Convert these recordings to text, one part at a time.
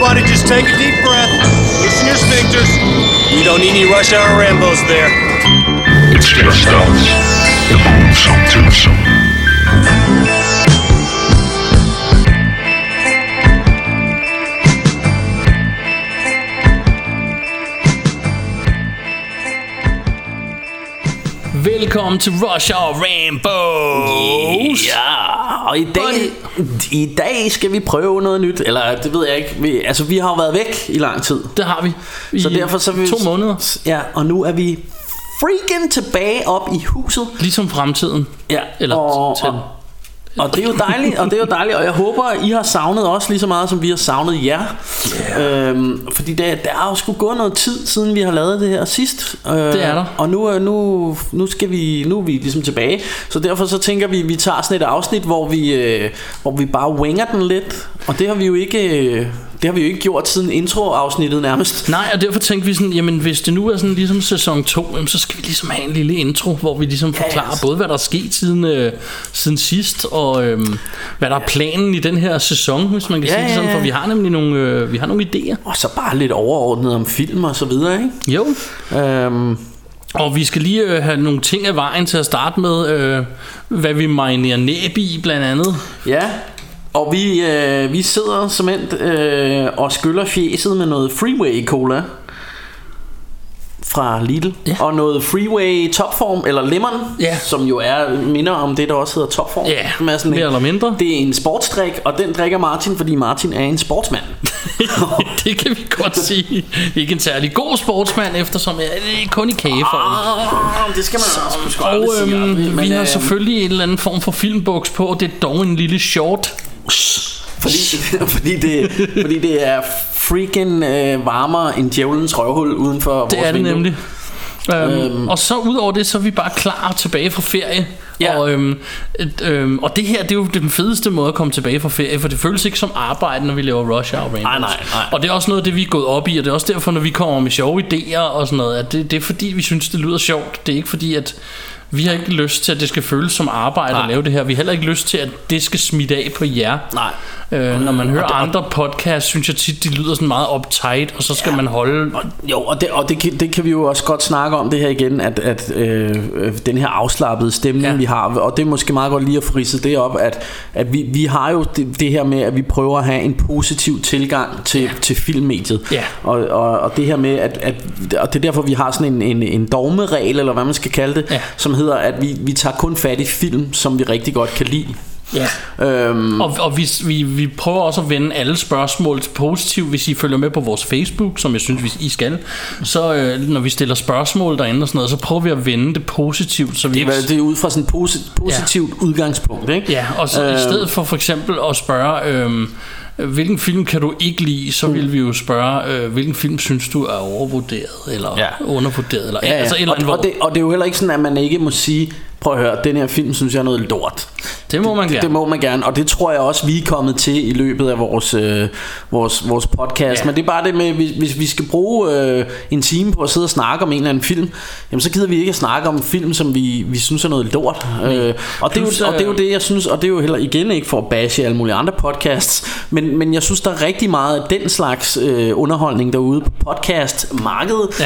Everybody just take a deep breath. Loosen your sphincters. We don't need any rush hour Rambos there. It's just us. The Boomsome Twosome. Velkommen til Rush Hour Rambos. Ja, og i dag skal vi prøve noget nyt. Eller det ved jeg ikke. Vi har jo været væk i lang tid. Det har vi. Så derfor så vi 2 måneder. Ja, og nu er vi freaking tilbage op i huset. Ligesom fremtiden. Ja, eller og det er jo dejligt, og jeg håber I har savnet os lige så meget som vi har savnet jer. Fordi der er jo sgu gået noget tid siden vi har lavet det her sidst. Det er der. Og nu er vi ligesom tilbage. Så derfor så tænker vi tager sådan et afsnit hvor vi bare winger den lidt. Og det har vi jo ikke gjort siden introafsnittet nærmest. Nej, og derfor tænkte vi sådan, jamen hvis det nu er sådan ligesom sæson 2, så skal vi ligesom have en lille intro, hvor vi ligesom forklarer både hvad der er sket siden sidst, og hvad der er planen i den her sæson, hvis man kan sige det sådan, for vi har nemlig nogle idéer. Og så bare lidt overordnet om film og så videre, ikke? Jo. Og vi skal lige have nogle ting af vejen til at starte med, hvad vi marinerer næb i blandt andet. Ja. Og vi sidder simpelthen og skyller fjeset med noget Freeway Cola fra Lidl, og noget Freeway Topform eller Lemon, som jo minder om det der også hedder Topform. Ja, mere eller mindre. Det er en sportsdrik, og den drikker Martin, fordi Martin er en sportsmand. Det kan vi godt sige. Ikke en særlig god sportsmand, eftersom jeg er kun i kageform. Det skal man også og sige. Vi har selvfølgelig en eller anden form for filmbuks på, og det er dog en lille short. Fordi det er freaking varmere end djævelens røvhul uden for vores vindue. Det er det nemlig. Og så ud over det, så er vi bare klar tilbage fra ferie. Ja. Og det her, det er jo den fedeste måde at komme tilbage fra ferie, for det føles ikke som arbejde, når vi laver Rush Hour Rambos. Nej. Og det er også noget af det, vi er gået op i, og det er også derfor, når vi kommer med sjove idéer og sådan noget, at det er fordi, vi synes, det lyder sjovt. Det er ikke fordi, at vi har ikke lyst til, at det skal føles som arbejde at lave det her. Vi har heller ikke lyst til, at det skal smitte af på jer. Nej. Når man hører andre podcasts, synes jeg tit, de lyder sådan meget uptight, og så skal man holde. Det kan vi jo også godt snakke om det her igen, at den her afslappede stemning, vi har, og det er måske meget godt lige at frise det op, at vi har jo det her med, at vi prøver at have en positiv tilgang til filmmediet. Ja. Og det her med, og det er derfor, vi har sådan en dogmeregel, eller hvad man skal kalde det, som hedder, at vi tager kun fat i film, som vi rigtig godt kan lide. Ja. Og vi prøver også at vende alle spørgsmål til positivt. Hvis I følger med på vores Facebook, som jeg synes I skal, så når vi stiller spørgsmål derinde og sådan noget, så prøver vi at vende det positivt, så det er ud fra sådan et positivt udgangspunkt, ikke? Ja, og så i stedet for eksempel at spørge hvilken film kan du ikke lide, så vil vi jo spørge hvilken film synes du er overvurderet eller undervurderet eller altså et eller andet. Og det er jo heller ikke sådan, at man ikke må sige, prøv at høre, den her film synes jeg er noget lort. Det må man gerne. Det må man gerne, og det tror jeg også vi er kommet til i løbet af vores podcast. Men det er bare det med, hvis vi skal bruge en time på at sidde og snakke om en eller anden film, jamen så gider vi ikke at snakke om en film, som vi synes er noget lort. Og det er jo det jeg synes, og det er jo heller igen ikke for at bashe alle mulige andre podcasts, men jeg synes der er rigtig meget af den slags underholdning derude på podcastmarkedet,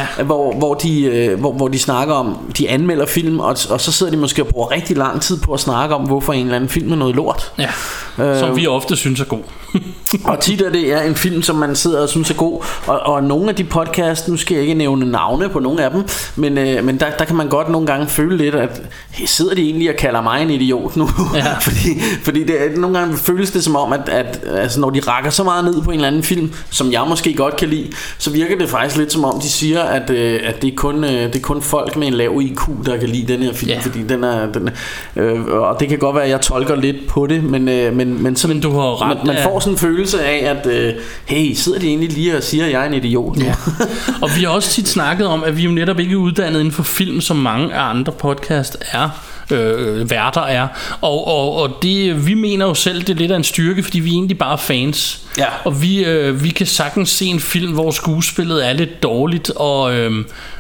hvor de snakker om, de anmelder film, og så sidder de måske og bruger rigtig lang tid på at snakke om, hvorfor en eller anden film er noget lort. Ja, som vi ofte synes er god. Og tit er det en film, som man sidder og synes er god. Og nogle af de podcasts, nu skal jeg ikke nævne navne på nogle af dem, men der kan man godt nogle gange føle lidt, at sidder de egentlig og kalder mig en idiot nu? Ja. fordi nogle gange føles det som om, at altså, når de rakker så meget ned på en eller anden film, som jeg måske godt kan lide, så virker det faktisk lidt som om, de siger, at det er kun folk med en lav IQ, der kan lide den her film, fordi den er og det kan godt være, at jeg tolker lidt på det, men du har ret, man får sådan en følelse af, at hey, sidder de egentlig lige og siger, at jeg er en idiot nu? Ja. Og vi har også tit snakket om, at vi jo netop ikke er uddannet inden for film, som mange af andre podcast er. Værter er. Og det, vi mener jo selv, det er lidt af en styrke, fordi vi er egentlig bare fans. Og vi kan sagtens se en film, hvor skuespillet er lidt dårligt,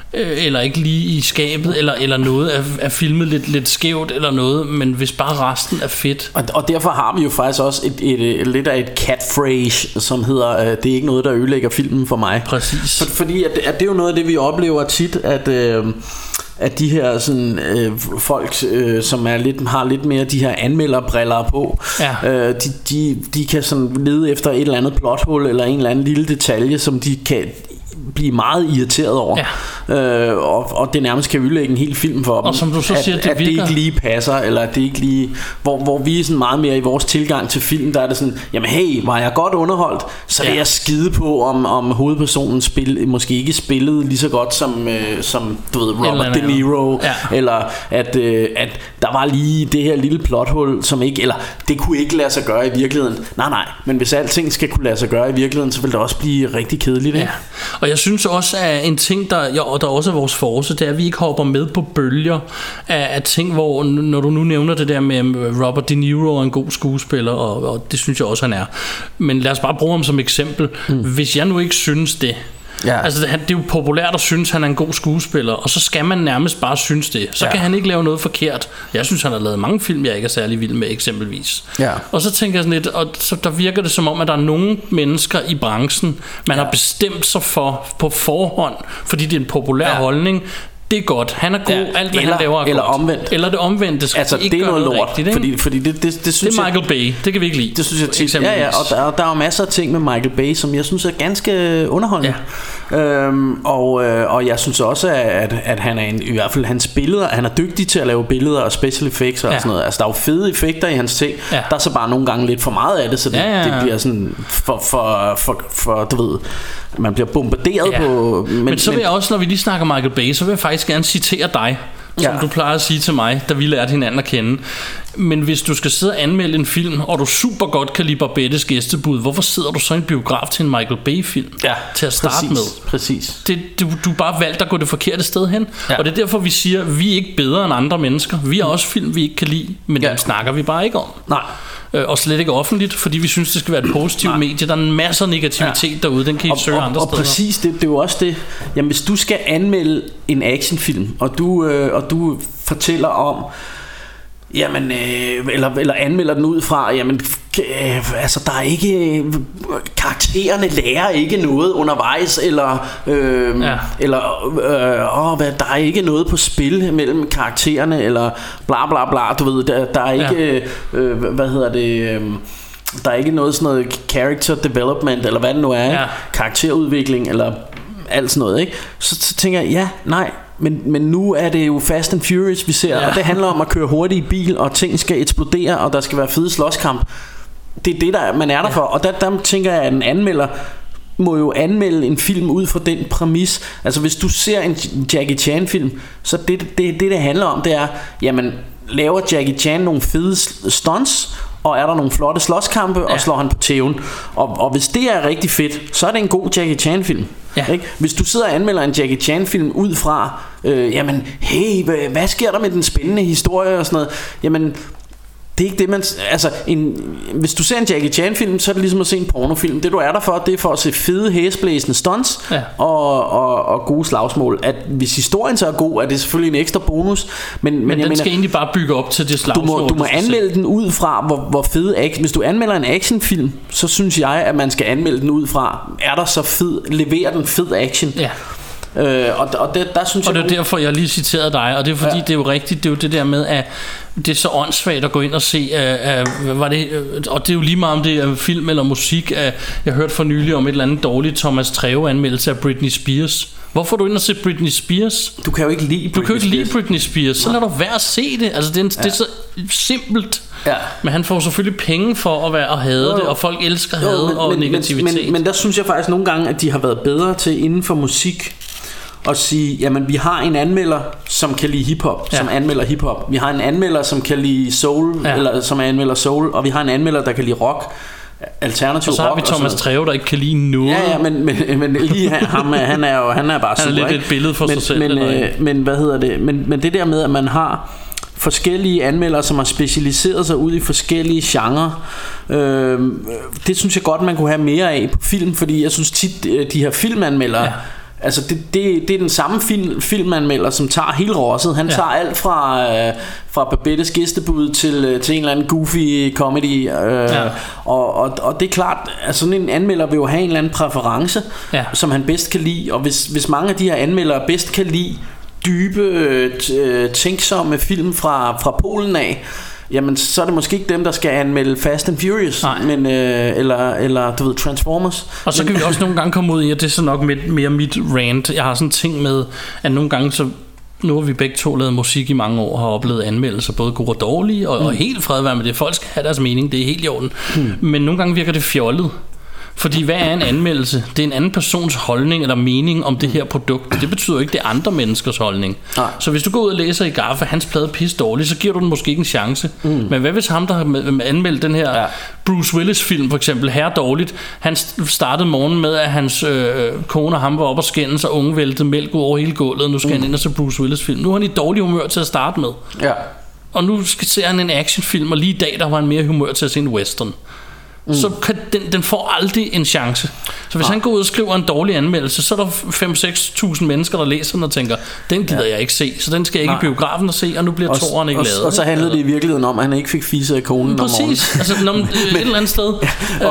eller ikke lige i skabet, eller noget er filmet lidt skævt eller noget, men hvis bare resten er fedt. Og derfor har vi jo faktisk også et lidt af et catphrase, som hedder, det er ikke noget, der ødelægger filmen for mig. Præcis. Fordi at det er jo noget af det, vi oplever tit, at de her sådan, folk, som har lidt mere de her anmelderbriller på, de kan sådan lede efter et eller andet plothul eller en eller anden lille detalje, som de kan blive meget irriteret over, og det nærmest kan ødelægge en hel film for dem, og som du så siger, at det ikke lige passer, eller at det ikke lige, hvor vi er sådan meget mere i vores tilgang til film, der er det sådan, jamen hey, var jeg godt underholdt, så vil jeg skide på om hovedpersonen måske ikke spillede lige så godt som du ved, Robert De Niro, eller at der var lige det her lille plothul, som ikke, eller det kunne ikke lade sig gøre i virkeligheden. Nej, men hvis alting skal kunne lade sig gøre i virkeligheden, så vil det også blive rigtig kedeligt, ikke? Og jeg synes også, at en ting, der også er vores force, det er, at vi ikke hopper med på bølger af ting, hvor, når du nu nævner det der med Robert De Niro er en god skuespiller, og det synes jeg også, han er. Men lad os bare bruge ham som eksempel. Hvis jeg nu ikke synes det, altså det er jo populært at synes, han er en god skuespiller, og så skal man nærmest bare synes det. Så kan han ikke lave noget forkert. Jeg synes, han har lavet mange film, jeg ikke er særlig vild med, eksempelvis. Og så tænker jeg sådan lidt, og så der virker det som om, at der er nogle mennesker i branchen, man har bestemt sig for på forhånd, fordi det er en populær holdning. Det er godt, han er god, alt hvad han laver er eller godt. Omvendt. Eller det omvendte, skal altså, ikke det er gøre noget lort, rigtigt, fordi det synes det er Michael Bay, det kan vi ikke lide. Det synes jeg tit, og der er jo masser af ting med Michael Bay, som jeg synes er ganske underholdende. Og jeg synes også, at han er i hvert fald hans billeder, han er dygtig til at lave billeder og special effects og sådan noget. Altså der er jo fede effekter i hans ting. Der er så bare nogle gange lidt for meget af det, så det bliver sådan for du ved, man bliver bombarderet på. Men så vil jeg også, når vi lige snakker Michael Bay, så vil jeg faktisk gerne citere dig, som du plejer at sige til mig, da vi lærte hinanden at kende. Men hvis du skal sidde og anmelde en film, og du super godt kan lide Barbettes Gæstebud, hvorfor sidder du så i en biograf til en Michael Bay film til at starte med? Præcis. Du bare valgt at gå det forkerte sted hen. Og det er derfor vi siger, at vi er ikke bedre end andre mennesker. Vi har også film vi ikke kan lide, men dem snakker vi bare ikke om. Nej. Og slet ikke offentligt, fordi vi synes det skal være et positivt medie. Der er en masse negativitet derude. Den kan I søge andre steder. Og præcis, det er jo også det. Jamen hvis du skal anmelde en actionfilm, og du fortæller om, jamen eller anmelder den ud fra, jamen altså der er ikke, karaktererne lærer ikke noget undervejs, eller der er ikke noget på spil mellem karaktererne, eller bla bla bla, du ved, der er ikke der er ikke noget sådan noget character development, eller hvad det nu er, karakterudvikling, eller alt sådan noget, ikke? Så tænker jeg, men nu er det jo Fast and Furious vi ser, og det handler om at køre hurtigt i bil, og ting skal eksplodere, og der skal være fede slåskamp. Det er det man er der for. Og der tænker jeg, at en anmelder må jo anmelde en film ud fra den præmis. Altså hvis du ser en Jackie Chan film, så det handler om, det er, jamen laver Jackie Chan nogle fede stunts, og er der nogle flotte slåskampe, og slår han på tæven. Og hvis det er rigtig fedt, så er det en god Jackie Chan film. Ikke? Hvis du sidder og anmelder en Jackie Chan film ud fra jamen hey, hvad sker der med den spændende historie og sådan noget, jamen det er ikke det man, altså hvis du ser en Jackie Chan film, så er det ligesom at se en pornofilm. Det du er der for, det er for at se fede hæsblæsende stunts og gode slagsmål. At hvis historien så er god, er det selvfølgelig en ekstra bonus, men den skal egentlig bare bygge op til det slagsmål. Du må anmelde den ud fra hvor fede action. Hvis du anmelder en actionfilm, så synes jeg at man skal anmelde den ud fra, er der så fed, leverer den fed action. Og der synes og det er derfor jeg lige citerede dig. Og det er fordi det er jo rigtigt. Det er jo det der med at det er så åndssvagt at gå ind og se var det, og det er jo lige meget om det er film eller musik. Jeg hørte for nylig om et eller andet dårligt Thomas Treve anmeldelse af Britney Spears. Hvorfor er du inde og se Britney Spears? Du kan jo ikke lide Britney Spears. Så lad du være at se det. Altså det er så simpelt. Men han får selvfølgelig penge for at hade det, og folk elsker hade og negativitet. Men der synes jeg faktisk nogle gange at de har været bedre til inden for musik og sige, jamen vi har en anmelder som kan lide hiphop, som anmelder hiphop. Vi har en anmelder som kan lide soul, eller som anmelder soul, og vi har en anmelder der kan lide rock, alternativ rock. Og så har vi Thomas Treve der ikke kan lide noget. Men lige han er bare super. Han er lidt et billede for sig selv. Men hvad hedder det? Men det der med at man har forskellige anmeldere som har specialiseret sig ud i forskellige genrer, det synes jeg godt man kunne have mere af på film, fordi jeg synes tit de her filmanmeldere Altså det er den samme filmanmelder, som tager hele rosset. Han tager alt fra Babettes gæstebud til en eller anden goofy comedy. Og det er klart, altså sådan en anmelder vil jo have en eller anden præference, som han bedst kan lide. Og hvis mange af de her anmeldere bedst kan lide dybe, tænksomme film fra Polen af, jamen så er det måske ikke dem, der skal anmelde Fast and Furious, men eller du ved, Transformers. Og så kan vi også nogle gange komme ud i, og det er så nok mere mit rant. Jeg har sådan en ting med, at nogle gange så, nu har vi begge to lavet musik i mange år, har oplevet anmeldelser, både gode og dårlige, og helt fredvær med det. Folk skal have deres mening, det er helt i orden. Men nogle gange virker det fjollet. Fordi hvad er en anmeldelse? Det er en anden persons holdning eller mening om det her produkt. Det betyder ikke, det er andre menneskers holdning. Så hvis du går ud og læser i Gaffa, hans plade pisse dårlig, så giver du den måske ikke en chance. Men hvad hvis ham, der har anmeldt den her Bruce Willis film for eksempel, her dårligt, han startede morgen med, at hans kone og ham var oppe og skændes, og unge væltede mælk ud over hele gulvet, og nu skal han ind og se Bruce Willis film. Nu er han i dårlig humør til at starte med. Og nu ser han en actionfilm, og lige i dag, der var han mere humør til at se en western. Så kan den får aldrig en chance. Så hvis han går ud og skriver en dårlig anmeldelse, så er der 5-6.000 mennesker, der læser den og tænker, den gider jeg ikke se, så den skal jeg ikke i biografen og se, og nu bliver toeren ikke lavet. Og så handlede det i virkeligheden om, at han ikke fik fisser i konen om morgenen. Præcis, altså et eller andet sted.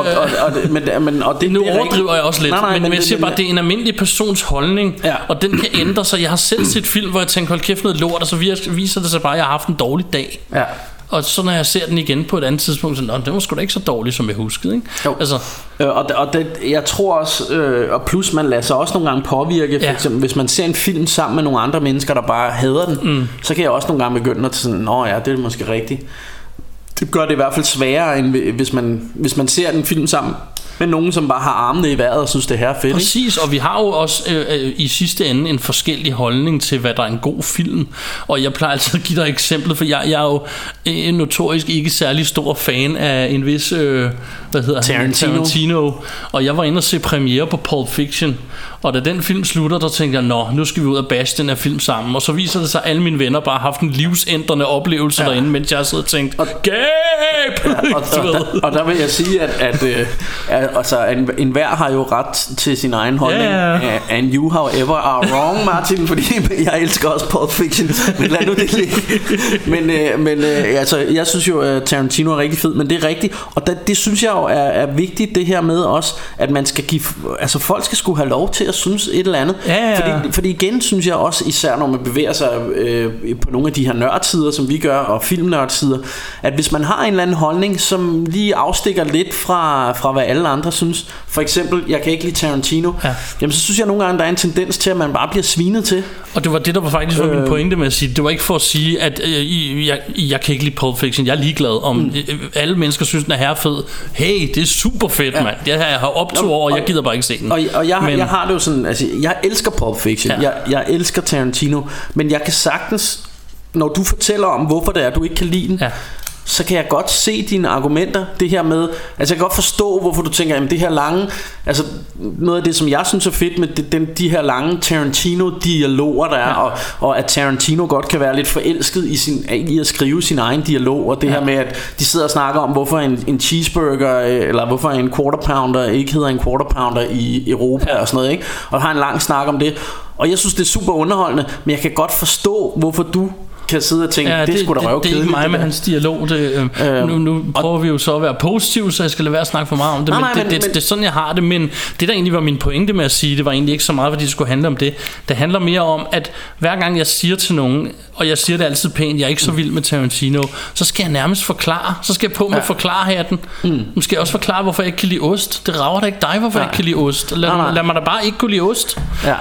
Nu overdriver jeg også lidt, men jeg siger bare, det er en almindelig persons holdning, og den kan ændre sig. Jeg har selv set film, hvor jeg tænker, hold kæft noget lort, og så viser det sig bare, at jeg har haft en dårlig dag. Og så når jeg ser den igen på et andet tidspunkt, så den var sgu da ikke så dårlig, som jeg huskede, ikke? Altså. Jeg tror også, og plus man lader sig også nogle gange påvirke, for eksempel, hvis man ser en film sammen med nogle andre mennesker, der bare hader den, så kan jeg også nogle gange begynde at sådan, nå ja, det er måske rigtigt. Det gør det i hvert fald sværere, end hvis man ser den film sammen med nogen, som bare har armene i vejret og synes, det her er fedt. Præcis, og vi har jo også i sidste ende en forskellig holdning til, hvad der er en god film. Og jeg plejer altid at give dig eksemplet, for jeg er jo en notorisk ikke særlig stor fan af en vis Tarantino. Og jeg var inde og se premiere på Pulp Fiction, og da den film slutter, der tænkte jeg, nu skal vi ud og bashe den her film sammen. Og så viser det sig, at alle mine venner bare har haft en livsændrende oplevelse derinde, mens jeg sidder og tænkt, og der vil jeg sige, at altså enhver har jo ret til sin egen holdning, and you however are wrong, Martin, fordi jeg elsker også Pulp Fiction, men lad nu det ligge. Men altså jeg synes jo, at Tarantino er rigtig fed, men det er rigtigt, og det synes jeg jo er vigtigt, det her med også, at man skal give, altså folk skal skulle have lov til at synes et eller andet, fordi igen synes jeg også, især når man bevæger sig på nogle af de her nørdsider, som vi gør, og filmnørdsider, at hvis man har en eller anden holdning, som lige afstikker lidt fra hvad alle andre synes, for eksempel, jeg kan ikke lide Tarantino, jamen så synes jeg nogle gange, der er en tendens til, at man bare bliver svinet til. Og det var det, der var faktisk min pointe med at sige, det var ikke for at sige, at jeg kan ikke lide Pulp Fiction, jeg er ligeglad om alle mennesker synes, den er herrefed. Hey, det er super fedt, mand. Det her jeg har optur over, og jeg gider bare ikke se den. Og jeg har det jo sådan, altså jeg elsker Pulp Fiction, jeg elsker Tarantino, men jeg kan sagtens, når du fortæller om, hvorfor det er, du ikke kan lide den, så kan jeg godt se dine argumenter. Det her med, altså jeg kan godt forstå, hvorfor du tænker, jamen det her lange, altså noget af det, som jeg synes er fedt med de her lange Tarantino-dialoger, der er, og at Tarantino godt kan være lidt forelsket i at skrive sin egen dialog, og det her med, at de sidder og snakker om, hvorfor en cheeseburger, eller hvorfor en quarter pounder ikke hedder en quarter pounder i Europa, og sådan noget, ikke? Og har en lang snak om det. Og jeg synes, det er super underholdende, men jeg kan godt forstå, hvorfor du kan sidde og tænke, det skulle da røve kedeligt. Det er ikke mig med hans dialog. Nu prøver vi jo så at være positive, så jeg skal lade være at snakke for meget om det. Men det er sådan, jeg har det. Men det, der egentlig var min pointe med at sige, det var egentlig ikke så meget, fordi det skulle handle om det. Det handler mere om, at hver gang jeg siger til nogen, og jeg siger det altid pænt, jeg er ikke så vild med Tarantino, så skal jeg nærmest forklare. Så skal jeg på med forklare-hatten. Nu skal jeg også forklare, hvorfor jeg ikke kan lide ost. Det rager da ikke dig, hvorfor jeg ikke kan lide ost. Lad mig da bare ikke kunne lide ost.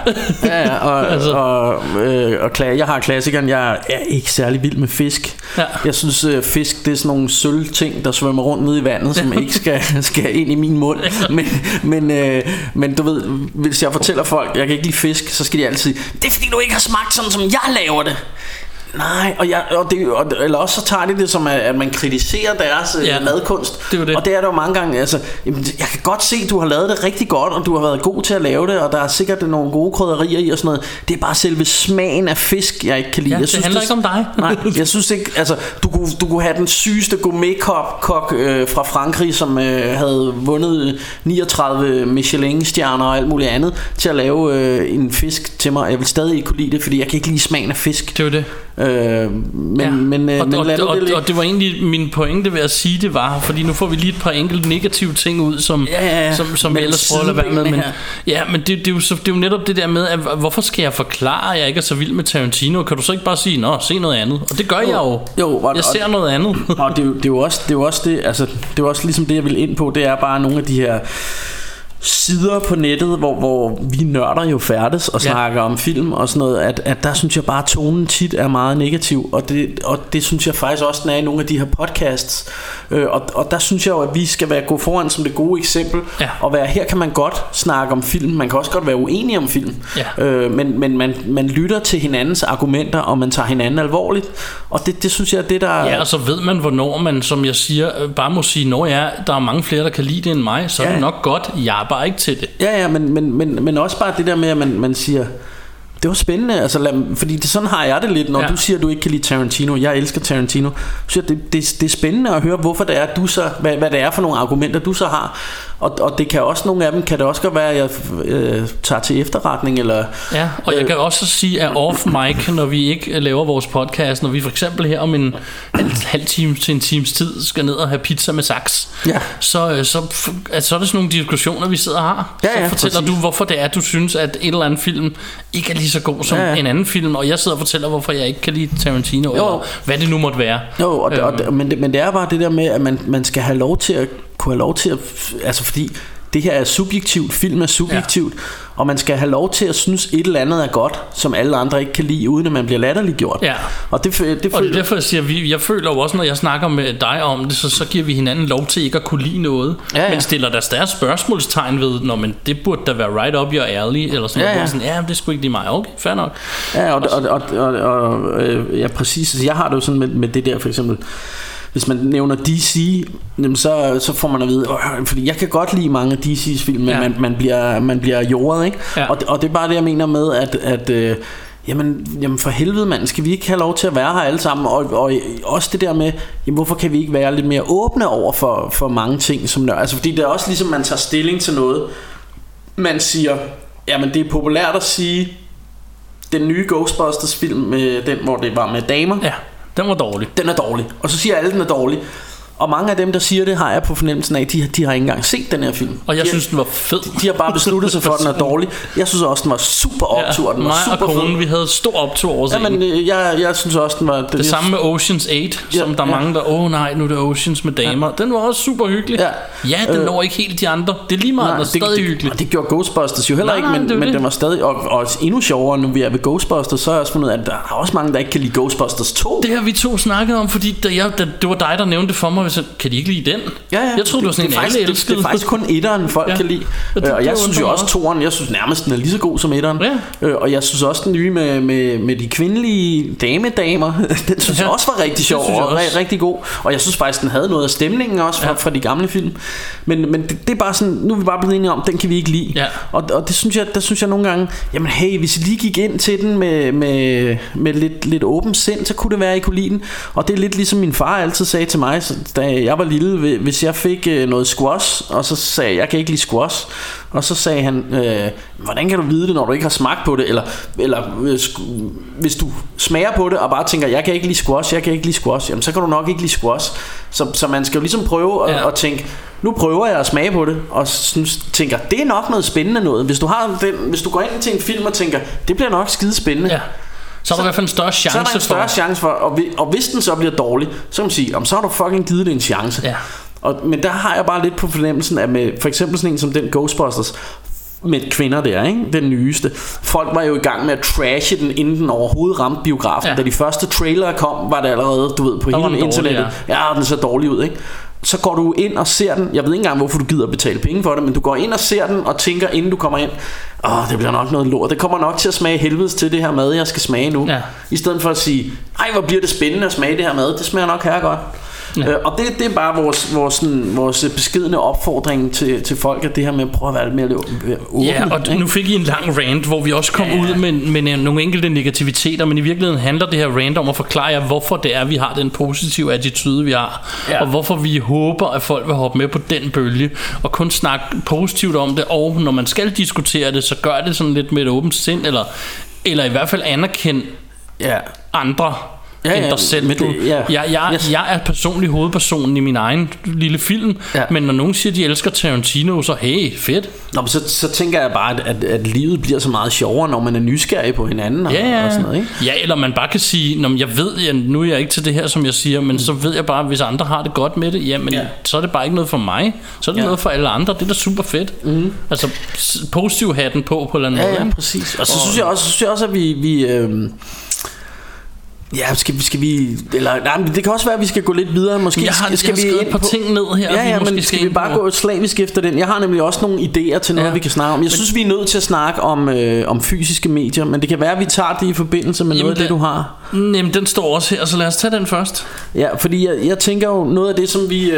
Og jeg har klassikeren, jeg er ikke særlig vild med fisk. Jeg synes fisk, det er sådan nogle sølvting, der svømmer rundt nede i vandet, som ikke skal ind i min mund. Men du ved, hvis jeg fortæller folk, jeg kan ikke lide fisk, så skal de altid sige, det er fordi du ikke har smagt sådan, som jeg laver det. Nej, eller også så tager de det som at man kritiserer deres madkunst. Det. Og det er der jo mange gange. Altså, jeg kan godt se, at du har lavet det rigtig godt, og du har været god til at lave det, og der er sikkert nogle gode krydderier i og sådan noget. Det er bare selve smagen af fisk, jeg ikke kan lide. Ja, Jeg synes, det handler ikke om dig. Nej, jeg synes ikke. Altså, du kunne have den sygeste gourmet-kok fra Frankrig, som havde vundet 39 Michelin-stjerner og alt muligt andet til at lave en fisk til mig. Jeg vil stadig ikke kunne lide det, fordi jeg kan ikke lide smagen af fisk. Det er jo det. Og det var egentlig min pointe ved at sige det var, fordi nu får vi lige et par enkelte negative ting ud, som vi ellers prøver at være med. Men det er jo netop det der med, at hvorfor skal jeg forklare, at jeg ikke er så vild med Tarantino? Kan du så ikke bare sige, nå, se noget andet? Og det gør jeg jo. Jeg ser noget andet. Og det er jo også det, altså det er også ligesom det, jeg vil ind på. Det er bare nogle af de her sider på nettet, hvor vi nørder jo færdes og snakker om film og sådan noget, at der synes jeg bare, at tonen tit er meget negativ, og det synes jeg faktisk også, den er i nogle af de her podcasts, og der synes jeg jo, at vi skal gå foran som det gode eksempel, og her kan man godt snakke om film, man kan også godt være uenig om film, men man lytter til hinandens argumenter, og man tager hinanden alvorligt, og det synes jeg er det, der... Ja, og så ved man, hvornår man, som jeg siger, bare må sige, når der er mange flere, der kan lide det end mig, så er det nok godt, jeg er bare ikke til det. Ja, men også bare det der med, at man siger, det var spændende, altså, fordi sådan har jeg det lidt, når du siger, at du ikke kan lide Tarantino. Jeg elsker Tarantino. Så det er spændende at høre, hvorfor det er, du så, hvad det er for nogle argumenter, du så har. Og det kan også, nogle af dem kan det også godt være, at jeg tager til efterretning eller. Ja, og jeg kan også sige, at off mic, når vi ikke laver vores podcast, når vi for eksempel her om en halv time til en times tid skal ned og have pizza med saks, så er det sådan nogle diskussioner, vi sidder og har. Så fortæller du, hvorfor det er, du synes, at en eller anden film ikke er lige så god som en anden film, og jeg sidder og fortæller, hvorfor jeg ikke kan lide Tarantino, eller hvad det nu måtte være. Jo, men det er bare det der med, at man skal have lov til at kunne have lov til at, altså fordi det her er subjektivt, film er subjektivt, og man skal have lov til at synes et eller andet er godt, som alle andre ikke kan lide, uden at man bliver latterliggjort. Ja. Og det er derfor jeg siger, jeg føler jo også, når jeg snakker med dig om det, så giver vi hinanden lov til ikke at kunne lide noget, men stiller der større spørgsmålstegn ved, når man det burde da være right up your alley eller sådan noget, sådan, det er sgu ikke lige mig. Okay, fair nok. Ja, og præcis. Jeg har det jo sådan med det der, for eksempel. Hvis man nævner DC, så får man at vide, fordi jeg kan godt lide mange af DC's film, men man bliver jordet, ikke? Ja. Og det er bare det, jeg mener med, at jamen for helvede mand, skal vi ikke have lov til at være her alle sammen? Og også det der med, jamen hvorfor kan vi ikke være lidt mere åbne over for mange ting som altså fordi det er også ligesom, man tager stilling til noget. Man siger, jamen det er populært at sige, den nye Ghostbusters film, med den hvor det var med damer. Ja. Den var dårlig. Den er dårlig. Og så siger alle, den er dårlig. Og mange af dem, der siger det, har jeg på fornemmelsen af, de har ikke engang set den her film. Og jeg synes, den var fed. De har bare besluttet sig for, at den er dårlig. Jeg synes også, den var super optur. Den var super og konen, vi havde stor optur over scenen. Men jeg synes også, den var... Det samme med Ocean's 8, som der er mange, der... nej, nu er det Oceans med damer. Den var også super hyggelig. Ja, den når ikke helt de andre. Det er lige meget, den er stadig hyggelig. Og det gjorde Ghostbusters jo heller ikke, men den var stadig... Og endnu sjovere, nu vi er ved Ghostbusters, så har jeg også fundet ud af, at der er også mange, der ikke kan lide Ghostbusters 2. Det har vi to snakket om, fordi det var dig, der nævnte det for mig. Så kan de ikke lide den? Ja. Jeg troede, det var sådan en alle elskede. Det er faktisk kun etteren, folk kan lide. Og jeg synes jo også toeren, jeg synes nærmest, den er lige så god som etteren. Og jeg synes også, den nye med de kvindelige damer, den synes jeg også var rigtig sjov og rigtig god. Og jeg synes faktisk, den havde noget af stemningen også fra de gamle film. Men det er bare sådan, nu er vi bare blevet enige om, den kan vi ikke lide. Og det synes jeg, der synes jeg nogle gange, jamen hey, hvis I lige gik ind til den med lidt åben sind, så kunne det være, at I kunne lide den. Og det er lidt ligesom min far altid sagde til mig, da jeg var lille, hvis jeg fik noget squash, og så sagde jeg kan ikke lide squash, og så sagde han, hvordan kan du vide det, når du ikke har smagt på det, eller hvis du smager på det og bare tænker, jeg kan ikke lide squash, jamen så kan du nok ikke lide squash. Så man skal jo ligesom prøve at tænke, nu prøver jeg at smage på det, og tænker, det er nok noget spændende noget. Hvis du går ind til en film og tænker, det bliver nok skide spændende, så er der i hvert fald en større chance for, og hvis den så bliver dårlig, så kan man sige, så har du fucking givet det en chance. Men der har jeg bare lidt på fornemmelsen, at med for eksempel sådan en som den Ghostbusters med kvinder der, ikke? Den nyeste. Folk var jo i gang med at trashe den, inden den overhovedet ramte biografen. Da de første trailere kom, var det allerede, du ved, på hele internettet. Den så dårlig ud, ikke? så går du ind og ser den. Jeg ved ikke engang hvorfor du gider betale penge for det, men du går ind og ser den og tænker inden du kommer ind, det bliver nok noget lort. Det kommer nok til at smage helvedes til det her mad jeg skal smage nu. I stedet for at sige, ej hvor bliver det spændende at smage det her mad. Det smager nok her godt. Og det er bare vores beskedne opfordring til folk, at det her med at prøve at være lidt mere åbent. Ja, og nu fik I en lang rant, hvor vi også kom ud med nogle enkelte negativiteter, men i virkeligheden handler det her rant om at forklare jer, hvorfor det er, vi har den positive attitude, vi har, og hvorfor vi håber, at folk vil hoppe med på den bølge, og kun snakke positivt om det, og når man skal diskutere det, så gør det sådan lidt med et åbent sind, eller i hvert fald anerkende andre end dig selv. Jeg er personlig hovedpersonen i min egen lille film, men når nogen siger, de elsker Tarantino, så hey, fedt. Nå, men så tænker jeg bare, at livet bliver så meget sjovere, når man er nysgerrig på hinanden og sådan noget, ikke? Ja, eller man bare kan sige, jeg ved, nu er jeg ikke til det her, som jeg siger, men så ved jeg bare, hvis andre har det godt med det, jamen så er det bare ikke noget for mig, så er det noget for alle andre. Det er da super fedt. Altså positiv hatten på en eller anden måde. Ja, præcis. Og så synes jeg også, at vi skal vi eller nej, det kan også være at vi skal gå lidt videre. Måske jeg har skrevet et par ting ned her. Men skal vi bare gå slavisk efter den? Jeg har nemlig også nogle idéer til noget vi kan snakke om. Jeg synes vi er nødt til at snakke om fysiske medier, men det kan være at vi tager det i forbindelse med noget af det du har. Jamen den står også her, så lad os tage den først. Ja, fordi jeg tænker jo noget af det som vi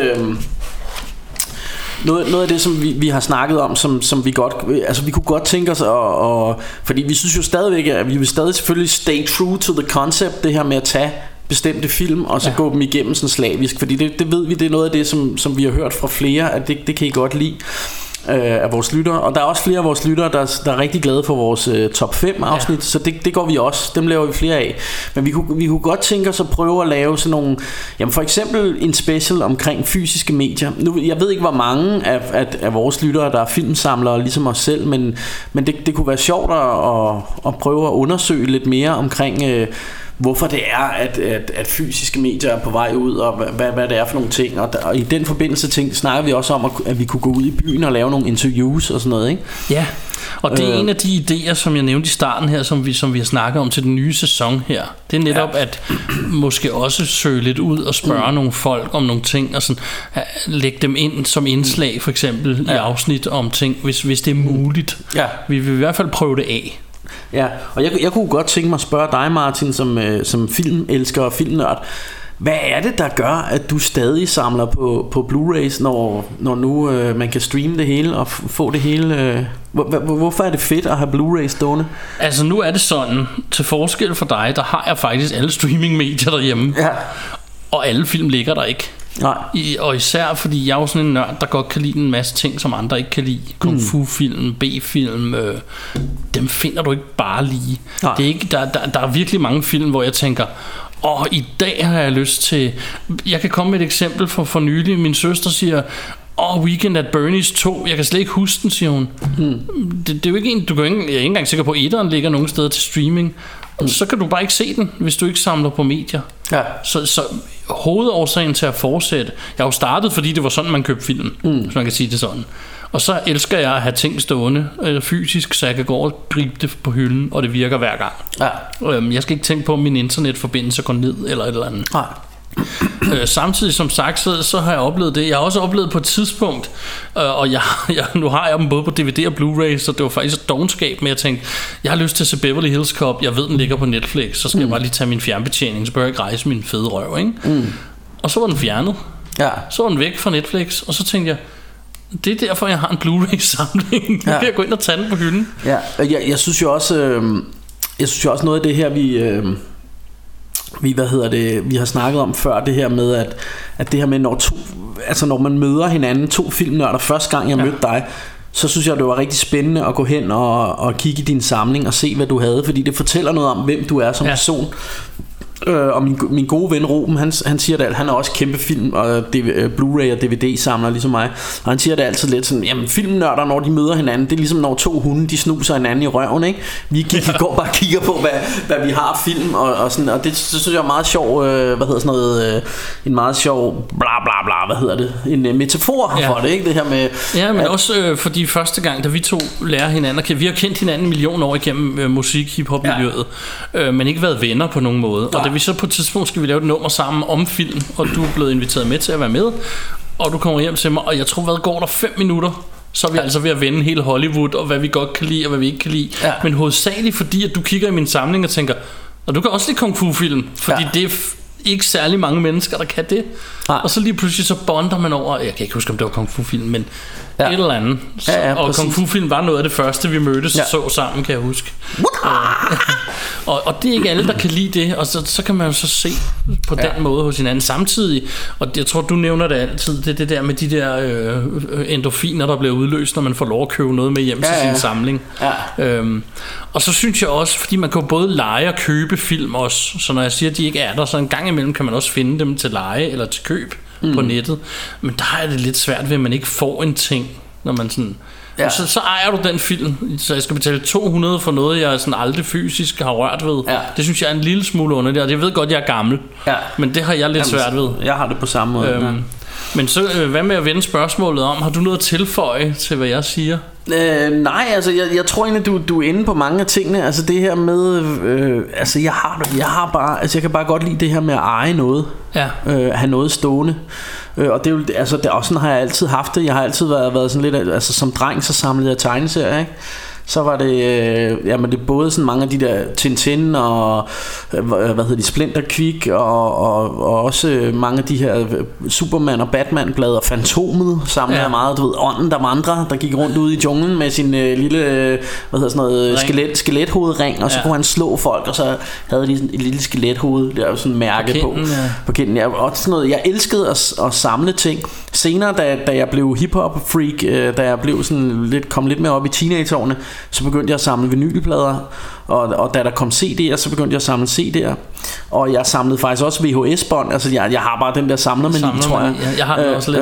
noget af det som vi har snakket om, som vi godt, altså vi kunne godt tænke os og fordi vi synes jo stadigvæk at vi vil stadig selvfølgelig stay true to the concept, det her med at tage bestemte film og så gå dem igennem sådan slavisk, fordi det ved vi, det er noget af det som vi har hørt fra flere, at det kan I godt lide af vores lyttere, og der er også flere af vores lyttere der er rigtig glade for vores top 5 afsnit, så det går vi også, dem laver vi flere af, men vi kunne godt tænke os at prøve at lave sådan nogle, jamen for eksempel en special omkring fysiske medier. Nu, jeg ved ikke hvor mange af vores lyttere der er filmsamlere ligesom os selv, men det kunne være sjovt at prøve at undersøge lidt mere omkring hvorfor det er at fysiske medier er på vej ud, og hvad det er for nogle ting, og i den forbindelse snakker vi også om at vi kunne gå ud i byen og lave nogle interviews og sådan noget, ikke? Ja, og det er en af de idéer som jeg nævnte i starten her, som vi har snakket om til den nye sæson her. Det er netop at måske også søge lidt ud og spørge nogle folk om nogle ting, og sådan lægge dem ind som indslag for eksempel i afsnit om ting, hvis det er muligt. Vi vil i hvert fald prøve det af. Ja, og jeg kunne godt tænke mig at spørge dig, Martin, som filmelsker og filmnørd. Hvad er det, der gør, at du stadig samler på Blu-rays, når nu man kan streame det hele og få det hele? Hvorfor er det fedt at have Blu-rays stående? Altså nu er det sådan, til forskel fra dig, der har jeg faktisk alle streamingmedier derhjemme. Ja. Og alle film ligger der ikke. Nej. Og især fordi jeg er jo sådan en nørd, der godt kan lide en masse ting, som andre ikke kan lide. Kung fu film, B-film, dem finder du ikke bare lige. Det er ikke, der er virkelig mange film, hvor jeg tænker, i dag har jeg lyst til. Jeg kan komme med et eksempel for nylig. Min søster siger, Weekend at Bernie's 2. Jeg kan slet ikke huske den, siger hun. Det er jo ikke en, jeg er ikke engang sikker på, at etteren ligger nogen steder til streaming. Så kan du bare ikke se den, hvis du ikke samler på medier. Ja. Så hovedårsagen til at fortsætte, jeg har jo startet, fordi det var sådan man købte film, hvis man kan sige det sådan. Og så elsker jeg at have ting stående fysisk, så jeg kan gå og gribe det på hylden, og det virker hver gang. Ja. Jeg skal ikke tænke på, om min internetforbindelse går ned eller et eller andet. Nej. Samtidig som sagt så har jeg oplevet det. Jeg har også oplevet på et tidspunkt, og nu har jeg dem både på DVD og Blu-ray, så det var faktisk et dovenskab med at tænke, jeg har lyst til at se Beverly Hills Cop, jeg ved den ligger på Netflix, så skal jeg bare lige tage min fjernbetjening, så bør jeg ikke rejse min fede røv, ikke? Og så var den fjernet. Ja. Så var den væk fra Netflix, og så tænkte jeg, det er derfor jeg har en Blu-ray samling. Nu kan jeg gå ind og tage den på hylden. Ja, jeg synes jo også noget af det her vi har snakket om før, det her med at det her med når man møder hinanden, to filmnørder første gang jeg mødte dig, så synes jeg det var rigtig spændende at gå hen og kigge i din samling og se hvad du havde, fordi det fortæller noget om hvem du er som person. Og min gode ven Ruben, han siger det, at han er også kæmpe film og Blu-ray og DVD samler ligesom mig, og han siger det altid lidt sådan, jamen filmnørder når de møder hinanden, det er ligesom når to hunde de snuser hinanden i røven, ikke? Vi går bare og kigger på hvad vi har film og sådan, og det synes jeg er meget sjov, en meget sjov bla bla bla, hvad hedder det, en metafor for det, ikke? Det her med men også fordi første gang da vi to lærer hinanden, okay, vi har kendt hinanden en million år igennem musik, hiphop miljøet, men ikke været venner på nogen måde. Og da vi så på et tidspunkt skal vi lave et nummer sammen om film, og du er blevet inviteret med til at være med, og du kommer hjem til mig, og jeg tror, hvad går der 5 minutter, så er vi altså ved at vende hele Hollywood, og hvad vi godt kan lide, og hvad vi ikke kan lide. Men hovedsageligt fordi, at du kigger i min samling og tænker, og du kan også lide kung fu film, fordi det er ikke særlig mange mennesker, der kan det. Og så lige pludselig så bonder man over, jeg kan ikke huske, om det var kung fu film, men et eller andet. Og kung fu film var noget af det første, vi mødtes og så sammen, kan jeg huske. Og det er ikke alle, der kan lide det, og så kan man jo så se på den måde hos hinanden samtidig. Og jeg tror, du nævner det altid, det der med de der endorfiner, der bliver udløst, når man får lov at købe noget med hjem til sin samling. Og så synes jeg også, fordi man kan både lege og købe film også, så når jeg siger, at de ikke er der, så en gang imellem kan man også finde dem til leje eller til køb på nettet. Men der er det lidt svært ved, at man ikke får en ting, når man sådan... Så ejer du den film, så jeg skal betale 200 for noget, jeg sådan aldrig fysisk har rørt ved. Det synes jeg er en lille smule underligt, og jeg ved godt, jeg er gammel, men det har jeg lidt svært ved. Jeg har det på samme måde. Men så hvad med at vende spørgsmålet om, har du noget at tilføje til, hvad jeg siger? Nej, altså jeg tror egentlig, du er inde på mange af tingene. Altså det her med altså jeg har bare, altså jeg kan bare godt lide det her med at eje noget, have noget stående. Og det er jo, altså og sådan har jeg altid haft det. Jeg har altid været sådan lidt, altså som dreng så samlede jeg tegneserier, ikke? Så var det jamen det er både sådan mange af de der Tintin og hvad hedder de, Splinter Quick og også mange af de her Superman og Batman blade og Fantomet samlede jeg meget, du ved, ånden der vandrer, der gik rundt ude i junglen med sin lille hvad hedder sådan noget skelethovedring, og så kunne han slå folk, og så havde de et lille skelethoved der, sådan en mærke på kinden. Og sådan noget. Jeg elskede at samle ting. Senere da jeg blev hiphop freak, da jeg blev sådan kom lidt mere op i teenageårene, så begyndte jeg at samle vinylplader, og da der kom CD'er, så begyndte jeg at samle CD'er, og jeg samlede faktisk også VHS-bånd. Altså jeg har bare den der samlermani, tror jeg. Jeg har den også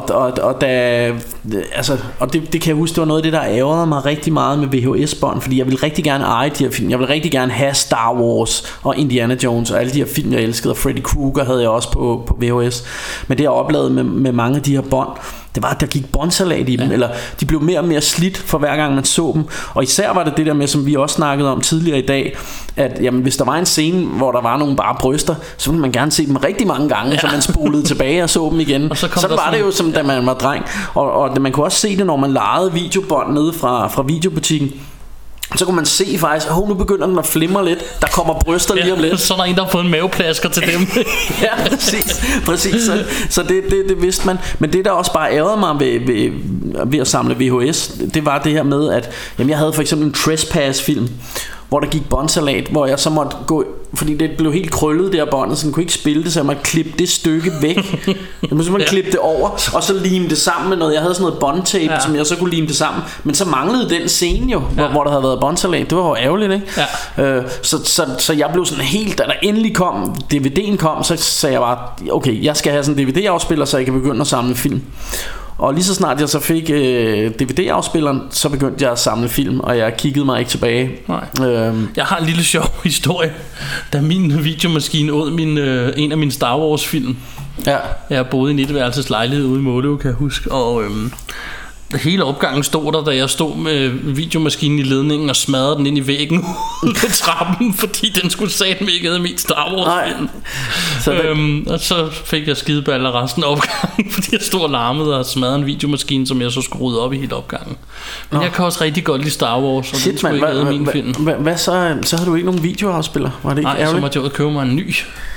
lidt. Og det kan jeg huske, det var noget af det, der ærgerede mig rigtig meget med VHS-bånd, fordi jeg ville rigtig gerne eje de her film. Jeg ville rigtig gerne have Star Wars og Indiana Jones og alle de her film, jeg elskede, og Freddy Krueger havde jeg også på VHS. Men det jeg oplevede med mange af de her bånd, det var, at der gik båndsalat i dem, eller de blev mere og mere slidt for hver gang man så dem. Og især var det der med, som vi også snakkede om tidligere i dag, at jamen, hvis der var en scene, hvor der var nogle bare bryster, så ville man gerne se dem rigtig mange gange, så man spolede tilbage og så dem igen. Og så var det jo som da man var dreng. Og man kunne også se det, når man lejede videobånd nede fra videobutikken. Så kunne man se faktisk, nu begynder den at flimre lidt. Der kommer bryster lige om lidt. Så er der en, der har fået en maveplasker til dem. Ja, præcis. Så det vidste man. Men det der også bare ærede mig ved at samle VHS, det var det her med, at jamen, jeg havde for eksempel en Trespass-film, hvor der gik båndsalat, hvor jeg så måtte gå, fordi det blev helt krøllet der båndet, så den kunne ikke spille det, så jeg måtte klippe det stykke væk. Jeg måtte simpelthen klippe det over, og så lime det sammen med noget. Jeg havde sådan noget båndtape, som jeg så kunne lime det sammen. Men så manglede den scene jo, hvor der havde været båndsalat. Det var jo ærgerligt, ikke? Så jeg blev sådan helt, da der endelig kom, DVD'en kom, så sagde jeg bare, okay, jeg skal have sådan en DVD-afspiller, så jeg kan begynde at samle film. Og lige så snart jeg så fik DVD-afspilleren, så begyndte jeg at samle film, og jeg kiggede mig ikke tilbage. Jeg har en lille sjov historie. Da min videomaskine åd en af mine Star Wars film. Jeg boede i en etværelses lejlighed ude i Måløv, kan jeg huske. Og hele opgangen stod der, da jeg stod med videomaskinen i ledningen og smadrede den ind i væggen på trappen, fordi den skulle satme ikke have mit Star Wars film. Og så fik jeg skideballer resten af opgangen, fordi jeg stod og larmede og smadrede en videomaskine, som jeg så skulle rydde op i hele opgangen. Men jeg kan også rigtig godt lide Star Wars, og den skulle ikke have min film. Hvad så havde du ikke nogen videoafspiller? Var det ikke ærgerligt? Så måtte jeg ud og købe mig en ny.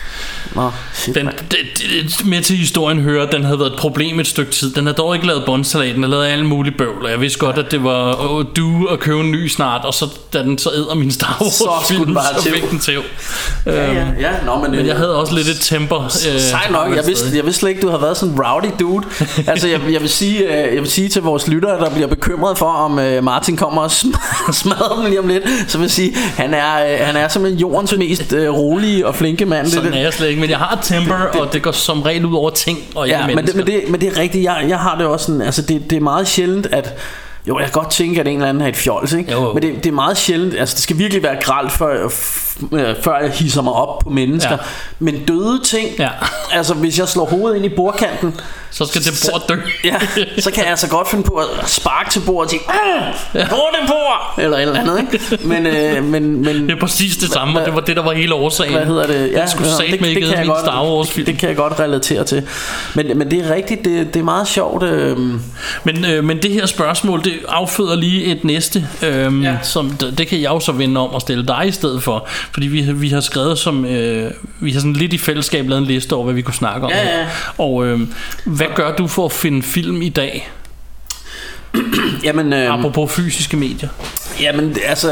Med til historien hører, den havde været et problem et stykke tid. Den havde dog ikke lavet båndsalat, den havde lavet alle mulige bøvl. Og jeg vidste godt, at det var du at købe en ny snart. Og så da den så æder min Star Wars film, så fik den til. Men jeg havde også lidt et temper. Sej nok, jeg vidste slet ikke, du havde været sådan en rowdy dude. Altså jeg vil sige til vores lyttere, der bliver bekymret for, om Martin kommer og smadrer dem lige om lidt. Så vil jeg sige, han er simpelthen jordens mest rolige og flinke mand. Sådan er jeg slet ikke, men jeg har et temper, og det går som regel ud over ting og ikke mennesker. Men det er rigtigt, jeg har det også sådan, altså det er meget sjældent, Jo, jeg kan godt tænke, at en eller anden har et fjols, ikke? Jo. Men det er meget sjældent. Altså, det skal virkelig være grelt, før jeg hisser mig op på mennesker. Men døde ting, altså hvis jeg slår hovedet ind i bordkanten, så skal det bord dø. så kan jeg altså godt finde på at sparke til bordet og sige, hvor er det bord? Eller et eller andet, ikke? Men det er præcis det samme, og det var det, der var hele årsagen. Hvad hedder det? Ja, det kan jeg godt, Star Wars film. Det kan jeg godt relatere til. Men det er rigtigt, det er meget sjovt. Men det her spørgsmål, det afføder lige et næste, som det kan jeg jo så vende om og stille dig i stedet for, fordi vi har skrevet som vi har sådan lidt i fællesskab lavet en liste over, hvad vi kunne snakke om. Og hvad gør du for at finde film i dag? Jamen, apropos fysiske medier. Jamen altså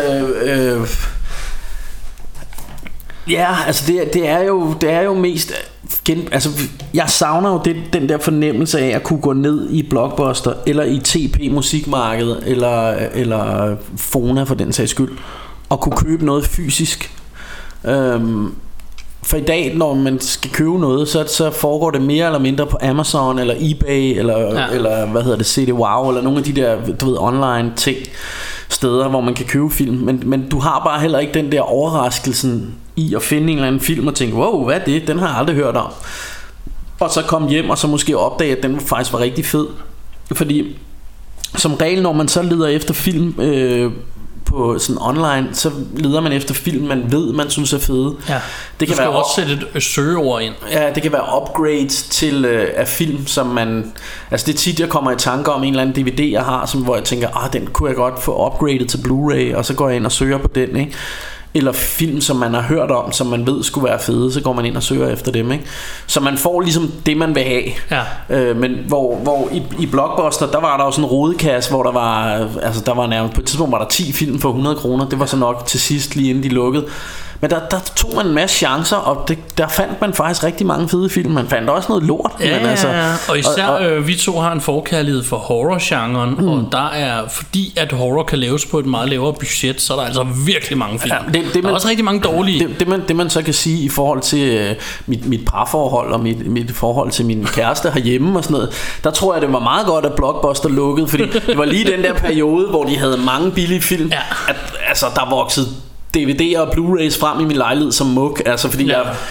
altså det er jo mest altså jeg savner jo den der fornemmelse af at kunne gå ned i Blockbuster eller i TP musikmarkedet eller Fona for den sags skyld og kunne købe noget fysisk. For i dag, når man skal købe noget, så foregår det mere eller mindre på Amazon eller eBay eller hvad hedder det, CD-Wow eller nogle af de der, du ved, online ting, steder, hvor man kan købe film. Men du har bare heller ikke den der overraskelsen i at finde en eller anden film og tænke, wow, hvad er det? Den har jeg aldrig hørt om. Og så komme hjem og så måske opdage, at den faktisk var rigtig fed. Fordi som regel, når man så leder efter film på sådan online, så leder man efter film, man ved, man synes er fede. Det kan være også sætte et søgeord ind. Ja, det kan være upgrades til af film, som man, altså det er tit, jeg kommer i tanke om en eller anden DVD, jeg har, som, hvor jeg tænker, den kunne jeg godt få upgradet til Blu-ray, og så går jeg ind og søger på den, ikke? Eller film, som man har hørt om, som man ved skulle være fede, så går man ind og søger efter dem, ikke? Så man får ligesom det, man vil have. Men hvor i Blockbuster, der var der jo sådan en rodekasse, hvor der var nærmest, på et tidspunkt var der 10 film for 100 kroner. Det var så nok til sidst, lige inden de lukkede. Men der tog man en masse chancer, og der fandt man faktisk rigtig mange fede film. Man fandt også noget lort. Og især vi to har en forkærlighed for horror-genren, og der er, fordi at horror kan laves på et meget lavere budget, så er der altså virkelig mange film. Der er også rigtig mange dårlige. Det man så kan sige i forhold til mit parforhold og mit forhold til min kæreste herhjemme og sådan noget, der tror jeg, det var meget godt, at Blockbuster lukkede, fordi det var lige den der periode, hvor de havde mange billige film, at altså, der voksede DVD'er og Blu-rays frem i min lejlighed som muk. Altså fordi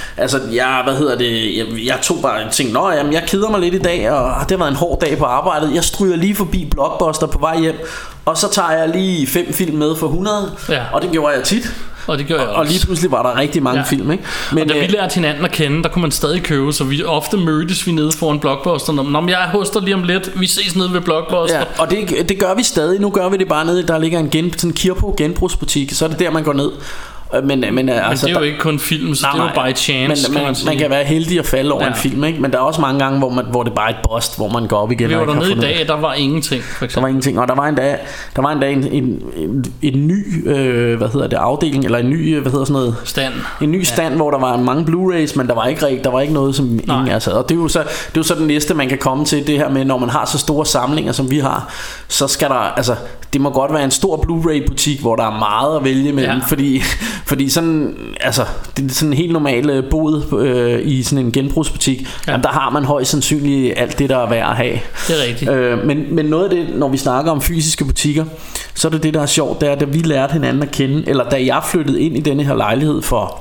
jeg tog bare en ting, jeg keder mig lidt i dag, og det har været en hård dag på arbejdet. Jeg stryger lige forbi Blockbuster på vej hjem, og så tager jeg lige 5 film med for 100, og det gjorde jeg tit. Og det gjorde jeg også. Og lige pludselig var der rigtig mange film, ikke? Men og da vi lærte hinanden at kende, der kunne man stadig købe, så vi ofte mødtes vi nede foran Blockbuster. Nå, men jeg er hos dig lige om lidt, vi ses nede ved Blockbuster. Og det gør vi stadig. Nu gør vi det bare nede, der ligger sådan en Kirpo genbrugsbutik, så er det der, man går ned. Men altså, det er jo ikke kun film, så det er jo by chance. Man kan være heldig at falde over en film, ikke? Men der er også mange gange, hvor det bare er et bust, hvor man går op igen. Vi var dernede i dag, der var ingenting, for eksempel. Der var ingenting, og der var en dag en ny afdeling, eller en ny stand. En ny stand, hvor der var mange Blu-rays, men der var ikke noget, som ingen altså. Og det er jo så det næste, man kan komme til, det her med, når man har så store samlinger, som vi har, så skal der, altså, det må godt være en stor Blu-ray butik, hvor der er meget at vælge mellem, fordi sådan, altså, det er sådan en helt normal bod i sådan en genbrugsbutik, jamen, der har man højst sandsynligt alt det, der er værd at have. Det er rigtigt. Men noget af det, når vi snakker om fysiske butikker, så er det der er sjovt, det er, da vi lærte hinanden at kende, eller da jeg flyttede ind i denne her lejlighed for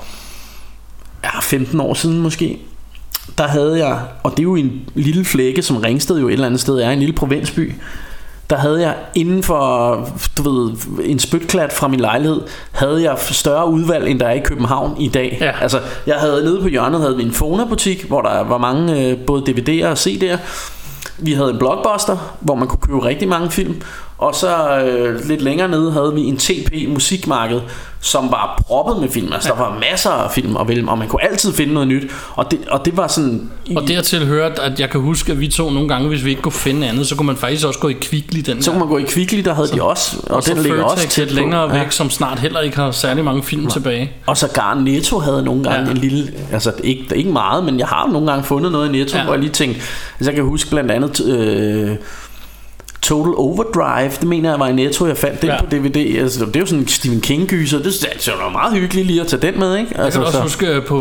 15 år siden måske, der havde jeg, og det er jo en lille flække, som Ringsted jo et eller andet sted er, en lille provinsby, der havde jeg inden for, du ved, en spytklat fra min lejlighed, havde jeg større udvalg, end der er i København i dag. Altså, jeg havde nede på hjørnet, havde vi en Fona-butik, hvor der var mange både DVD'er og CD'er. Vi havde en Blockbuster, hvor man kunne købe rigtig mange film. Og så lidt længere nede havde vi en TP musikmarked, som var proppet med film. Altså der var masser af film, og man kunne altid finde noget nyt. Og det var sådan. Og dertil hørte, at jeg kan huske, at vi to nogle gange, hvis vi ikke kunne finde andet, så kunne man faktisk også gå i Kvickly. Så kunne man gå i Kvickly, der havde de også. Og den ligger også tæt længere væk, som snart heller ikke har særlig mange film tilbage. Og så Netto havde nogle gange en lille, altså ikke meget, men jeg har nogle gange fundet noget i Netto, hvor jeg lige tænkte, altså jeg kan huske blandt andet Total Overdrive, det mener jeg var i Netto, jeg fandt den på DVD. Altså, det er jo sådan en Stephen King-gyser. Det var meget hyggeligt lige at tage den med, ikke? Altså, jeg kan også huske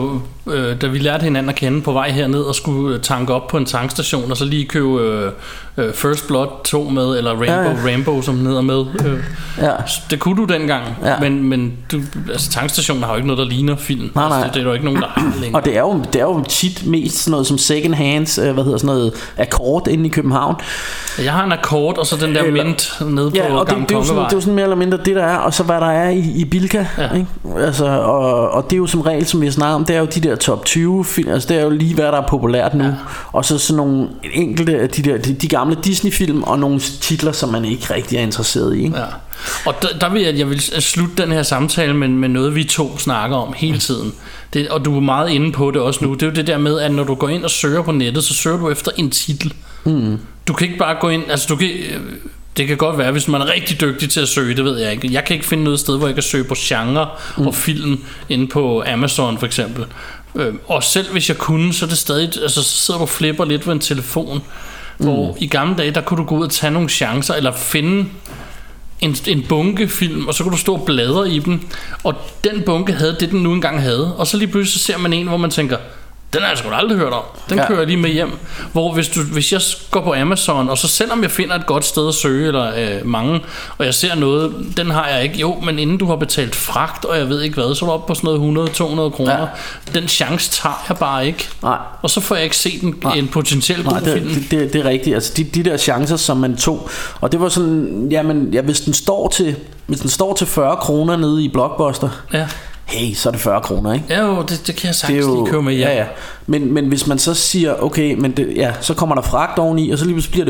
da vi lærte hinanden at kende på vej herned og skulle tanke op på en tankstation, og så lige købe First Blood 2 med, eller Rainbow, som den hedder med. Det kunne du dengang, men altså, tankstationer har jo ikke noget, der ligner film. Nej. Altså, det er jo ikke nogen, der har længere. Og det er jo tit mest sådan noget som second hands, sådan noget akkord inde i København. Jeg har en akkord, og så den der mint nede på Gamle Kongevej. Det er jo sådan mere eller mindre det der er, og så hvad der er i Bilka, ikke? Altså, og det er jo som regel, som vi har snakket om, det er jo de der top 20 film, altså det er jo lige hvad der er populært nu, og så sådan nogle enkelte af de gamle Disney-film, og nogle titler, som man ikke rigtig er interesseret i, ikke? Ja. Og der vil jeg vil slutte den her samtale med noget, vi to snakker om hele tiden. Og du er meget inde på det også nu. Det er jo det der med, at når du går ind og søger på nettet, så søger du efter en titel. Du kan ikke bare gå ind, altså det kan godt være, hvis man er rigtig dygtig til at søge, det ved jeg ikke. Jeg kan ikke finde noget sted, hvor jeg kan søge på genre og film inde på Amazon for eksempel. Og selv hvis jeg kunne, så er det stadig, altså så sidder du og flipper lidt ved en telefon, hvor i gamle dage, der kunne du gå ud og tage nogle chancer, eller finde en bunke film, og så kunne du stå og bladre i dem, og den bunke havde det, den nu engang havde, og så lige pludselig så ser man en, hvor man tænker, den har jeg sgu aldrig hørt om. Den kører jeg lige med hjem. Hvor hvis jeg går på Amazon, og så selvom jeg finder et godt sted at søge, eller mange, og jeg ser noget, den har jeg ikke. Jo, men inden du har betalt fragt, og jeg ved ikke hvad, så er du oppe på sådan noget 100-200 kroner. Ja. Den chance tager jeg bare ikke. Nej. Og så får jeg ikke set en potentielt god film. Det er rigtigt. Altså de der chancer, som man tog. Og det var sådan, jamen, hvis den står til 40 kroner nede i Blockbuster, hey, så er det 40 kroner, ikke? Ja, jo, det kan jeg sagtens lige købe med hjem. Ja. Men hvis man så siger, okay, men så kommer der fragt oveni, og så lige bliver det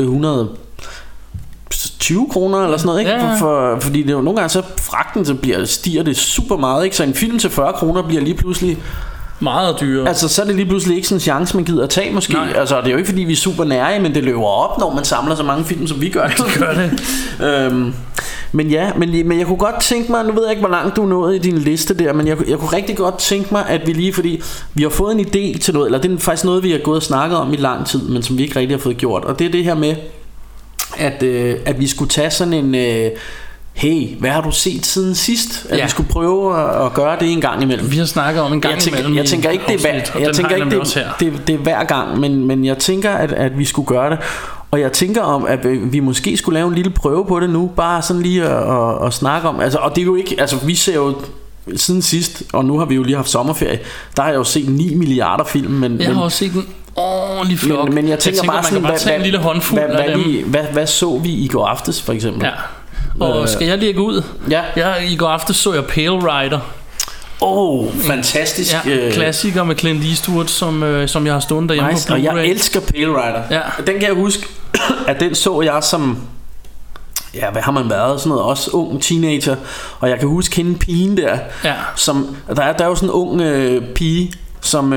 120 kroner eller sådan noget, ikke? Ja. Fordi det er jo nogle gange, så fragten stiger det super meget, ikke? Så en film til 40 kroner bliver lige pludselig meget dyre. Altså så er det lige pludselig ikke sådan en chance, man gider at tage måske. Nej. Altså det er jo ikke fordi vi er super nære, men det løber op, når man samler så mange film, som vi gør. Det gør det. Men jeg kunne godt tænke mig, nu ved jeg ikke, hvor langt du er nået i din liste der, men jeg kunne rigtig godt tænke mig, at vi lige, fordi vi har fået en idé til noget, eller det er faktisk noget, vi har gået og snakket om i lang tid, men som vi ikke rigtig har fået gjort, og det er det her med, at vi skulle tage sådan en... hey, hvad har du set siden sidst? At vi skulle prøve at gøre det en gang imellem. Vi har snakket om en gang imellem. Jeg tænker ikke, det er hver gang, men jeg tænker, at vi skulle gøre det. Og jeg tænker om, at vi måske skulle lave en lille prøve på det nu, bare sådan lige at snakke om. Altså, og det er jo ikke, altså vi ser jo siden sidst, og nu har vi jo lige haft sommerferie, der har jeg jo set 9 milliarder film. Men jeg har også set den ordentlig flok. Men jeg tænker bare sådan, man kan bare tage en lille håndfuld af dem. Hvad så vi i går aftes for eksempel? Ja. Og skal jeg lægge ud? Ja. I går aftes så jeg Pale Rider. Fantastisk. Klassiker med Clint Eastwood, som jeg har stående derhjemme på Blu-ray. Og jeg elsker Pale Rider. Ja. Den kan jeg huske, at den så jeg som... Ja, hvad har man været? Sådan noget, også ung teenager. Og jeg kan huske hende pigen der, som... Der er jo sådan en ung pige, som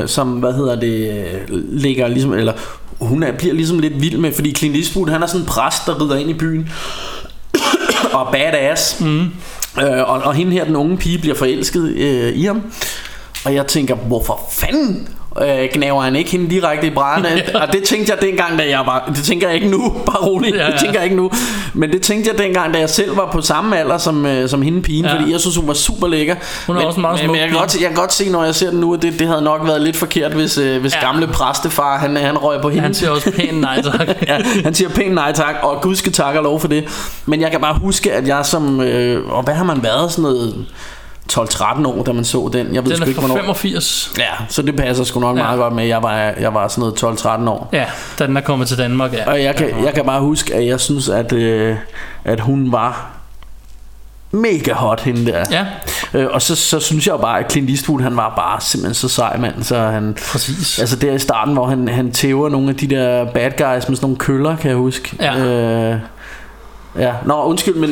ligger ligesom... Eller hun bliver ligesom lidt vild med, fordi Clint Eastwood, han er sådan en præst, der rider ind i byen og badass. Og hende her, den unge pige, bliver forelsket i ham. Og jeg tænker, hvorfor fanden gnaver han ikke hende direkte i brænderne? Og det tænkte jeg dengang, da jeg var... Det tænker jeg ikke nu, bare roligt. Det tænker jeg ikke nu. Men det tænkte jeg dengang, da jeg selv var på samme alder som hende pigen, fordi jeg synes, hun var super lækker. Hun er også meget smuk. Men jeg kan godt se, når jeg ser den nu, at det havde nok været lidt forkert, hvis gamle præstefar, han røg på hende. Han siger også pænt nej tak. Han siger pænt nej tak, og Gud skal takke og lov for det. Men jeg kan bare huske, at jeg som... og hvad har man været? Sådan noget... 12-13 år, da man så den. Jeg ved den er ikke, fra 85. Ja, så det passer sgu nok meget godt med. Jeg var sådan noget 12-13 år. Ja, da den er kommet til Danmark. Ja. Og jeg kan bare huske, at jeg synes, at hun var mega hot, hende der. Ja. Og så synes jeg bare, at Clint Eastwood, han var bare simpelthen så sej, mand. Så han, præcis. Altså der i starten, hvor han tæver nogle af de der bad guys med sådan nogle køller, kan jeg huske. Ja. Ja, undskyld, men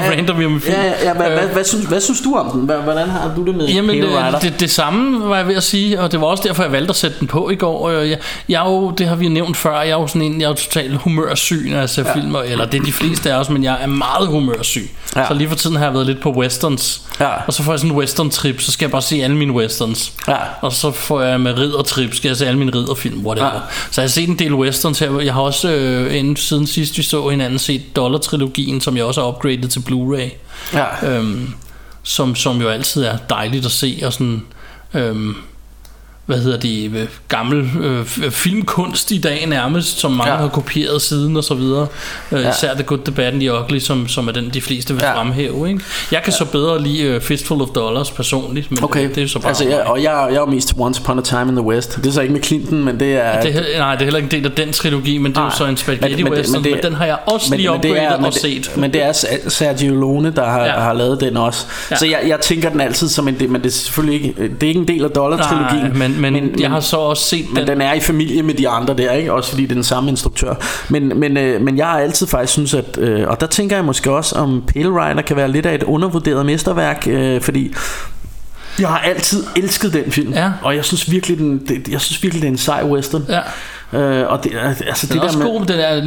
hvad synes du om den? Hvordan har du det med Pale Rider? Det samme var jeg ved at sige, og det var også derfor jeg valgte at sætte den på i går. Det har vi nævnt før. Jeg er jo sådan en, jeg er totalt humørsyg, når jeg ser film, eller det er de fleste af os, men jeg er meget humørsyg. Ja. Så lige for tiden har jeg været lidt på westerns. Ja. Og så får jeg sådan en western trip, så skal jeg bare se alle mine westerns. Ja. Og så får jeg med riddertrip, skal jeg se alle mine ridderfilm, whatever. Ja. Så jeg har set en del westerns her. Jeg har også inden siden sidst vi så hinanden set Dollar-trilogien, som jeg også har upgradet til Blu-ray. Ja. Som jo altid er dejligt at se, og sådan gammel filmkunst i dag nærmest, som mange har kopieret siden og så videre. Især The Good, The Bad and The Ugly, som er den de fleste vil fremhæve, ikke? Jeg kan så bedre lide Fistful of Dollars personligt, men det er så bare altså, jeg er jo mest Once Upon a Time in the West. Det er så ikke med Clinton, men det er... det er heller ikke en del af den trilogi, men det er jo så en spaghetti western, men den har jeg også lige upgradet og set. Men det er Sergio Leone, der har lavet den også. Så jeg tænker den altid som en del, men det er selvfølgelig ikke, det er ikke en del af Dollar-trilogien. Men jeg har så også set den. Men den er i familie med de andre der, ikke? Også fordi det er den samme instruktør. Men jeg har altid faktisk synes, at og der tænker jeg måske også, om Pale Rider kan være lidt af et undervurderet mesterværk, fordi jeg har altid elsket den film, og jeg synes virkelig det er en sej western. Og det, altså den det er også der god, den er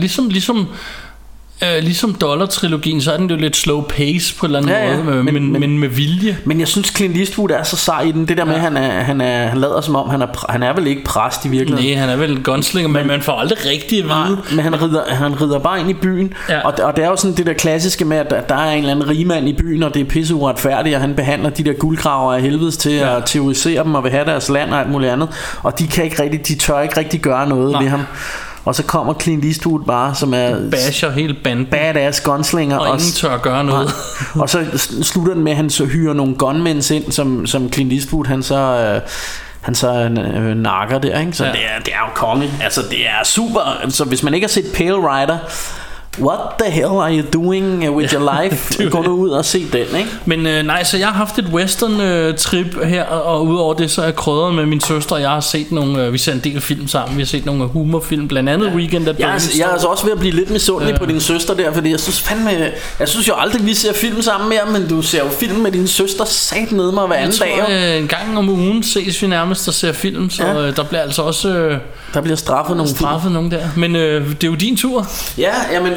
ligesom Dollar-trilogien, så er den jo lidt slow pace på en eller anden måde, men med vilje. Men jeg synes Clint Eastwood er så sej i den. Det der med han lader som om han er vel ikke præst i virkeligheden. Nej, han er vel en gunslinger, men man får aldrig rigtig at vide. Men han rider bare ind i byen, og det er jo sådan det der klassiske med, at der er en eller anden rigmand i byen, og det er pisse uretfærdigt, og han behandler de der guldgraver af helvedes til at terrorisere dem og vil have deres land og alt muligt andet, og de tør ikke rigtig gøre noget ved ham. Og så kommer Clint Eastwood bare, som er basher hele banden, badass gunslinger, og ingen tør gøre noget. Og så slutter den med, at han så hyrer nogle gunmen ind, som Clint Eastwood han så nakker der, ikke? Så det er jo konge. Altså det er super. Så hvis man ikke har set Pale Rider, what the hell are you doing with your life? Gå nu ud og se den, ikke? Men nej, så jeg har haft et western trip her, og udover det, så er jeg krydret med min søster. Jeg har set nogle, vi ser en del film sammen. Vi har set nogle humorfilm, blandt andet Weekend at Bernie's. Jeg er altså også ved at blive lidt misundelig på din søster der, fordi jeg synes jo aldrig, vi ser film sammen mere, men du ser jo film med din søster sat ned mig hver anden dag. En gang om ugen ses vi nærmest og ser film, så der bliver altså også der bliver straffet nogle der. Men det er jo din tur. Ja,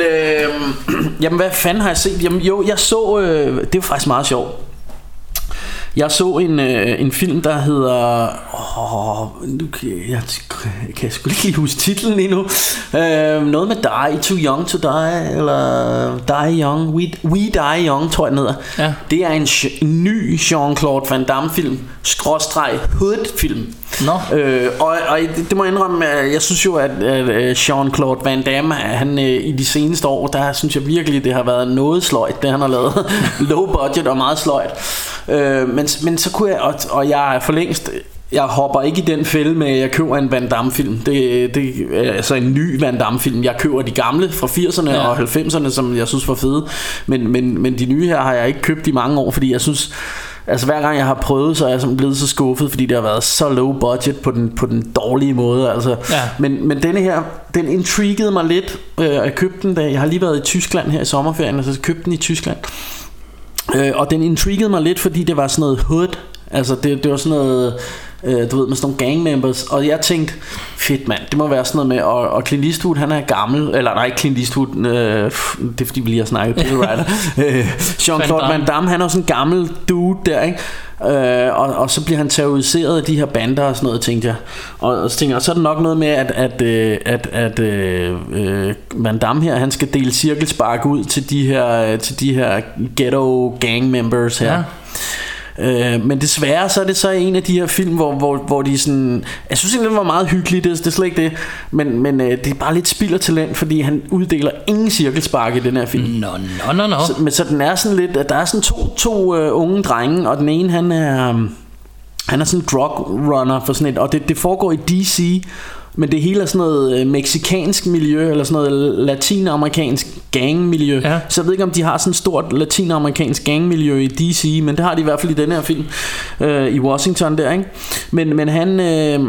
jamen hvad fanden har jeg set? Jamen jo, jeg så det er faktisk meget sjovt. Jeg så en film, der hedder jeg kan sgu ikke lige huske titlen lige nu. Noget med Die Too Young to Die, eller Die Young, We Die Young, tror jeg den hedder. Det er en ny Jean-Claude Van Damme film / Hood film. Og det må jeg indrømme, jeg synes jo, at Jean-Claude Van Damme, han i de seneste år, der synes jeg virkelig, det har været noget sløjt, det han har lavet. Low budget og meget sløjt. Men så kunne jeg, og jeg er for længst, jeg hopper ikke i den fælde med, at jeg køber en Van Damme film. Det er altså en ny Van Damme film. Jeg køber de gamle fra 80'erne og 90'erne, som jeg synes var fede. Men de nye her har jeg ikke købt i mange år, fordi jeg synes, altså hver gang jeg har prøvet, så er jeg blevet så skuffet, fordi det har været så low budget på den dårlige måde, altså. Men denne her, den intriguede mig lidt. Jeg købte den, da jeg har lige været i Tyskland her i sommerferien, og så købte den i Tyskland. Og den intriguede mig lidt, fordi det var sådan noget hood. Altså det var sådan noget, du ved, med sådan nogle gang members. Og jeg tænkte, fedt mand, det må være sådan noget med. Og Clint Eastwood, han er gammel. Eller nej, Clint Eastwood, det er fordi vi lige har snakket Pale Rider. Jean-Claude Van Damme, han er sådan en gammel dude der, ikke? Og så bliver han terroriseret af de her bander og sådan noget, tænkte jeg. Og så tænkte jeg, så er det nok noget med at Van Damme her, han skal dele cirkelspark ud til de her ghetto gang members her. Men desværre så er det så en af de her film, hvor de sådan, jeg synes egentlig det var meget hyggeligt, det er slet ikke det, men det er bare lidt spild af talent, fordi han uddeler ingen cirkelspark i den her film. No. Så den er sådan lidt, at der er sådan to unge drenge, og den ene han er sådan en drug runner for sådan et, og det foregår i DC. Men det hele er sådan noget mexikansk miljø, eller sådan noget latinamerikansk gangmiljø. Så jeg ved ikke, om de har sådan et stort latinamerikansk gangmiljø i DC, men det har de i hvert fald i den her film i Washington der, ikke? Men han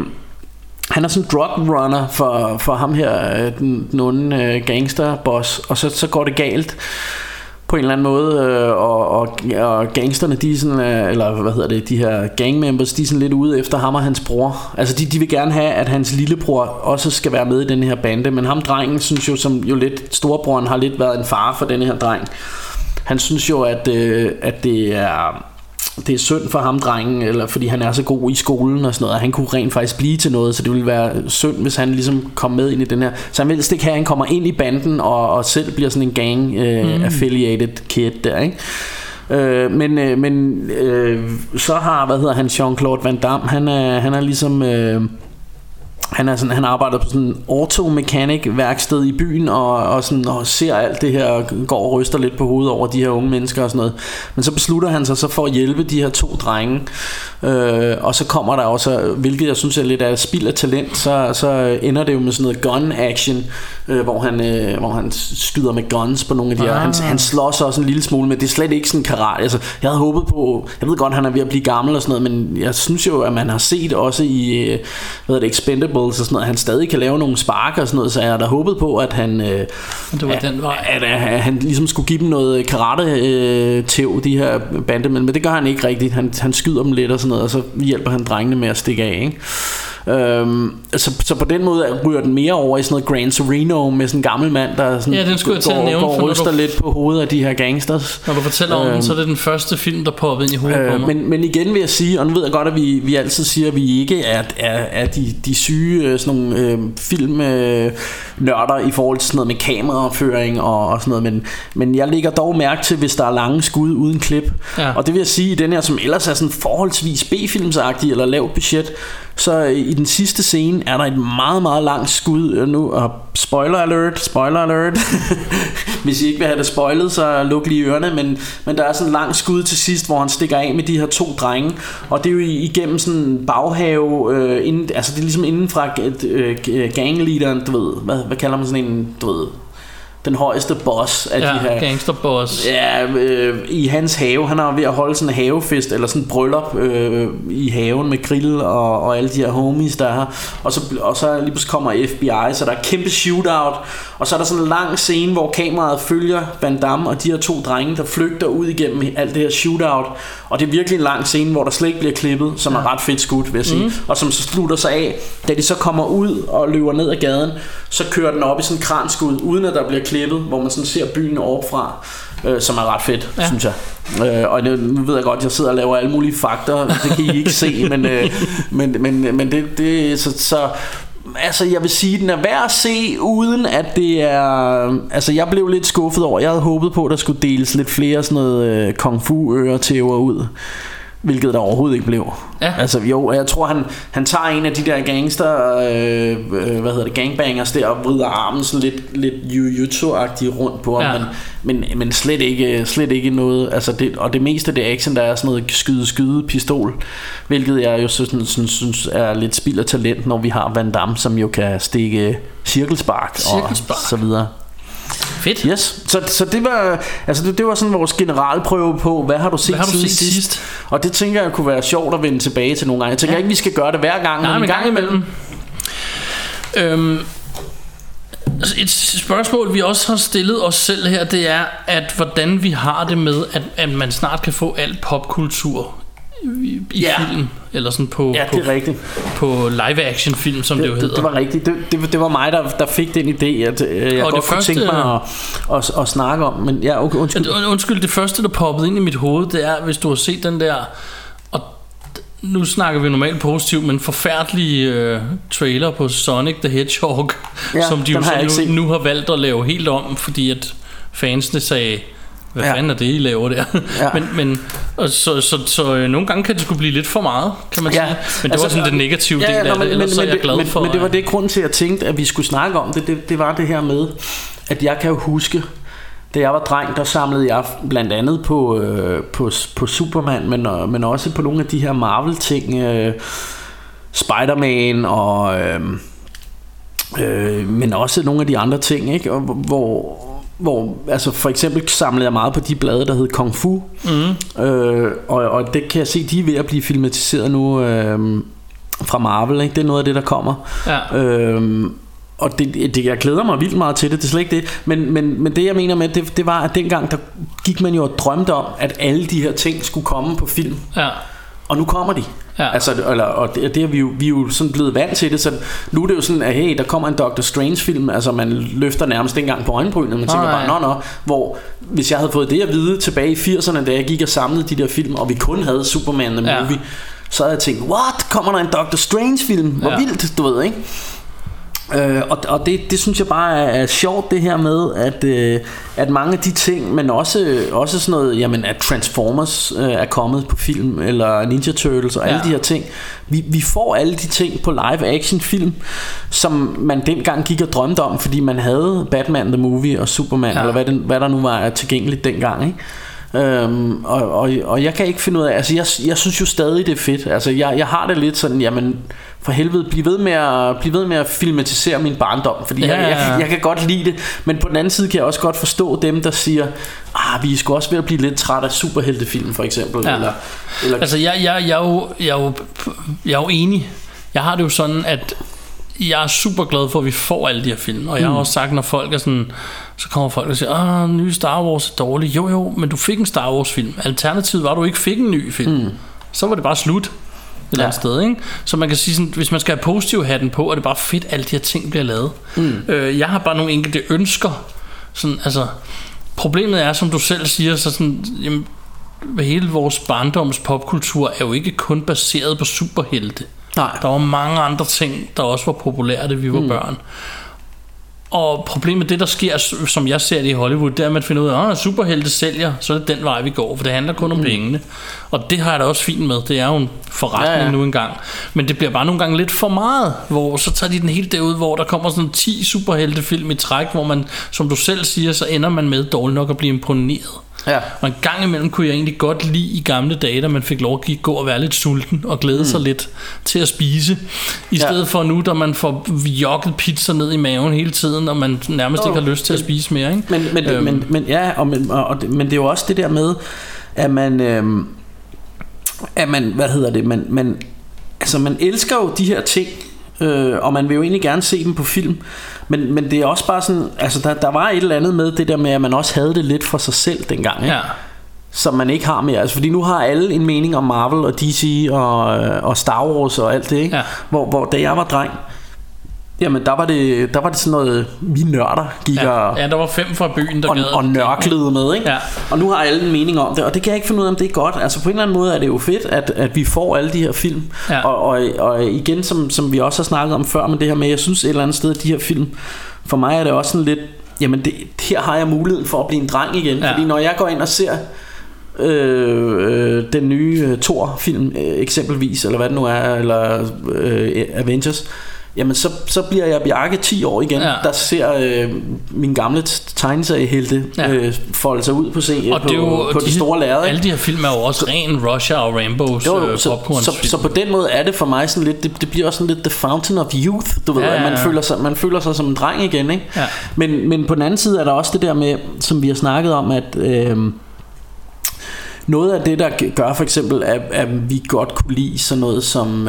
er sådan en drug runner for ham her, den onde gangsterboss, og så går det galt på en eller anden måde, og gangsterne, de er sådan, eller hvad hedder det, de her gangmembers, de er sådan lidt ude efter ham og hans bror. Altså de vil gerne have, at hans lillebror også skal være med i den her bande, men ham drengen synes jo, som jo lidt, storebroren har lidt været en far for den her dreng. Han synes jo, at det er synd for ham drengen, eller fordi han er så god i skolen og sådan noget, at han kunne rent faktisk blive til noget, så det ville være synd, hvis han ligesom kom med ind i den her. Så han vil ikke have, at han kommer ind i banden og selv bliver sådan en gang affiliated kid der, ikke? Men så har, Jean-Claude Van Damme, han er ligesom... Han arbejder på sådan en automekanik værksted i byen og ser alt det her og går og ryster lidt på hovedet over de her unge mennesker og sådan noget. Men så beslutter han sig så for at hjælpe de her 2 drenge. Og så kommer der også, hvilket jeg synes er lidt af spild af talent, så ender det jo med sådan noget gun action, hvor han skyder med guns på nogle af de her. Han slås også en lille smule, men det er slet ikke sådan karate. Altså, jeg havde håbet på, jeg ved godt han er ved at blive gammel og sådan noget, men jeg synes jo at man har set også i Expendables og sådan noget, han stadig kan lave nogle spark og sådan noget, så jeg havde håbet på at han han ligesom skulle give dem noget karate tæv, de her bandemænd, men det gør han ikke rigtigt. Han skyder dem lidt og sådan noget, og så hjælper han drengene med at stikke af, ikke? Så på den måde ryger den mere over i sådan noget Gran Torino med sådan en gammel mand, der sådan går og ryster lidt på hovedet af de her gangsters. Når du fortæller om den, så er det den første film, der popper ind i hovedet på mig. Men igen vil jeg sige, og nu ved jeg godt, at vi altid siger, at vi ikke er de syge sådan nogle filmnørder i forhold til sådan noget med kameraføring og sådan noget, men jeg lægger dog mærke til, hvis der er lange skud uden klip. Og det vil jeg sige, i den her, som ellers er sådan forholdsvis B-filmsagtig eller lavt budget, så i den sidste scene er der et meget, meget langt skud nu, og spoiler alert hvis I ikke vil have det spoilet, så luk lige ørerne, men der er sådan en lang skud til sidst, hvor han stikker af med de her 2 drenge, og det er jo igennem sådan en baghave, altså det er ligesom inden fra gangleaderen, du ved, hvad kalder man sådan en, du ved, den højeste boss af de her gangsterboss. Ja, i hans have. Han er ved at holde sådan en havefest eller sådan en bryllup i haven med grill og alle de her homies der her. Og så lige pludselig kommer FBI, så der er kæmpe shootout, og så er der sådan en lang scene, hvor kameraet følger Van Damme og de her 2 drenge, der flygter ud igennem alt det her shootout. Og det er virkelig en lang scene, hvor der slet ikke bliver klippet, som er ret fedt skudt, vil jeg sige. Og som så slutter sig af, da de så kommer ud og løber ned ad gaden, så kører den op i sådan en kranskud, uden at der bliver klippet, hvor man sådan ser byen overfra, som er ret fedt, synes jeg. Og nu ved jeg godt, at jeg sidder og laver alle mulige fakter, det kan I ikke se, men det så altså jeg vil sige, den er værd at se, uden at det er, altså jeg blev lidt skuffet over, jeg havde håbet på, at der skulle deles lidt flere sådan noget kung fu øretæver ud, hvilket der overhovedet ikke blev. Altså jo, jeg tror han tager en af de der gangster gangbangers der og vrider armen sådan lidt jiu-jitsu-agtigt rundt på ham, men slet ikke noget, altså det meste af det action, der er sådan noget skyde pistol, hvilket jeg jo synes er lidt spild af talent, når vi har Van Damme, som jo kan stikke cirkelspark og så videre. Fedt. Yes. Så det var, altså det var sådan vores generalprøve på, hvad har du set siden sidst? Og det tænker jeg kunne være sjovt at vende tilbage til nogle gange. Jeg tænker ikke, vi skal gøre det hver gang, men en gang imellem. Et spørgsmål, vi også har stillet os selv her, det er, at hvordan vi har det med, at man snart kan få alt popkultur i film, eller sådan på, det er rigtigt. På live action film, som det jo hedder. Det var rigtigt. Det var mig, der fik den idé, at jeg godt kunne tænke mig at snakke om. Men undskyld, det første, der poppede ind i mit hoved, det er, hvis du har set den der, og nu snakker vi normalt positivt, men forfærdelige trailer på Sonic the Hedgehog, som de jo nu har valgt at lave helt om, fordi at fansene sagde, hvad fanden er det, I laver der? Men så nogle gange kan det sgu blive lidt for meget, kan man sige. Men det var sådan den negative del af det, ellers er jeg glad for. Men det var det grund til, at jeg tænkte, at vi skulle snakke om det. Det var det her med, at jeg kan jo huske, da jeg var dreng, der samlede jeg blandt andet på Superman, men også på nogle af de her Marvel-ting, Spider-Man og men også nogle af de andre ting, ikke? Hvor altså for eksempel samlede jeg meget på de blade, der hed Kung Fu, og det kan jeg se, de er ved at blive filmatiseret nu fra Marvel, ikke? Det er noget af det, der kommer. Og det jeg glæder mig vildt meget til det er slet ikke det, men det jeg mener med det var, at dengang der gik man jo og drømte om, at alle de her ting skulle komme på film. Og nu kommer de. Altså, og det er vi er jo sådan blevet vant til det, så nu er det jo sådan, at hey, der kommer en Doctor Strange film, altså man løfter nærmest ikke engang på øjenbrynene, man tænker bare, hvor hvis jeg havde fået det at vide tilbage i 80'erne, da jeg gik og samlede de der film, og vi kun havde Superman the Movie, så havde jeg tænkt, what, kommer der en Doctor Strange film? Hvor vildt, du ved, ikke? Og det synes jeg bare er sjovt, det her med at mange af de ting, men også sådan noget, jamen at Transformers er kommet på film, eller Ninja Turtles og alle de her ting. Vi får alle de ting på live action film, som man dengang gik og drømte om, fordi man havde Batman the Movie og Superman, eller hvad der nu var tilgængeligt dengang, ikke? Og jeg kan ikke finde ud af, altså jeg synes jo stadig det er fedt. Altså jeg har det lidt sådan, jamen for helvede, bliv ved med at filmatisere min barndom, fordi jeg kan godt lide det, men på den anden side kan jeg også godt forstå dem, der siger, vi er sgu også ved at blive lidt træt af superheltefilm for eksempel, eller altså jeg er jo enig. Jeg har det jo sådan, at jeg er super glad for, at vi får alle de her film. Og jeg har også sagt, når folk er sådan, så kommer folk og siger, nye Star Wars er dårlig. Jo, men du fik en Star Wars film. Alternativet var, at du ikke fik en ny film. Så var det bare slut et eller andet sted, ikke? Så man kan sige sådan, hvis man skal have positiv hatten på, er det bare fedt, at alle de her ting bliver lavet. Jeg har bare nogle enkelte ønsker. Sådan, altså, problemet er, som du selv siger, så sådan, jamen, hele vores barndoms popkultur er jo ikke kun baseret på superhelte. Nej. Der var mange andre ting, der også var populære, da vi var børn. Og problemet, det der sker, som jeg ser det i Hollywood, det er, at man finder ud af, at superhelte sælger, så er det den vej, vi går, for det handler kun om pengene. Og det har jeg da også fint med. Det er jo en forretning nu engang. Men det bliver bare nogle gange lidt for meget, hvor så tager de den helt derud, hvor der kommer sådan 10 superheltefilm i træk, hvor man, som du selv siger, så ender man med dårligt nok at blive imponeret. Ja. Og en gang imellem kunne jeg egentlig godt lide i gamle dage, da man fik lov at gå og være lidt sulten og glæde sig lidt til at spise, i stedet for nu, da man får jokket pizza ned i maven hele tiden, og man nærmest ikke har lyst til at spise mere, ikke? Men det er jo også det der med, at man man elsker jo de her ting, og man vil jo egentlig gerne se dem på film, men det er også bare sådan, altså der var et eller andet med det der med, at man også havde det lidt for sig selv dengang, ikke? Som man ikke har mere, altså fordi nu har alle en mening om Marvel og DC og Star Wars og alt det, ikke? Hvor da jeg var dreng, jamen der var det sådan noget, vi nørder gik der var 5 fra byen, der og nørklede med, ikke? Og nu har alle en mening om det, og det kan jeg ikke finde ud af, om det er godt. Altså på en eller anden måde er det jo fedt, at vi får alle de her film, og igen, som vi også har snakket om før, med det her med, jeg synes et eller andet sted, at de her film, for mig er det også sådan lidt, jamen her har jeg muligheden for at blive en dreng igen, fordi når jeg går ind og ser den nye Thor-film eksempelvis, eller hvad det nu er, eller Avengers, jamen så bliver jeg Bjarke 10 år igen, der ser min gamle tegneseriehelte folde sig ud på det store lærred. Alle de her film er jo også ren Russia og Rambos popcorn. Så på den måde er det for mig sådan lidt, det bliver også sådan lidt the fountain of youth, du ved, at man føler sig som en dreng igen, ikke? Men på den anden side er der også det der med, som vi har snakket om, at noget af det, der gør for eksempel, at vi godt kunne lide sådan noget som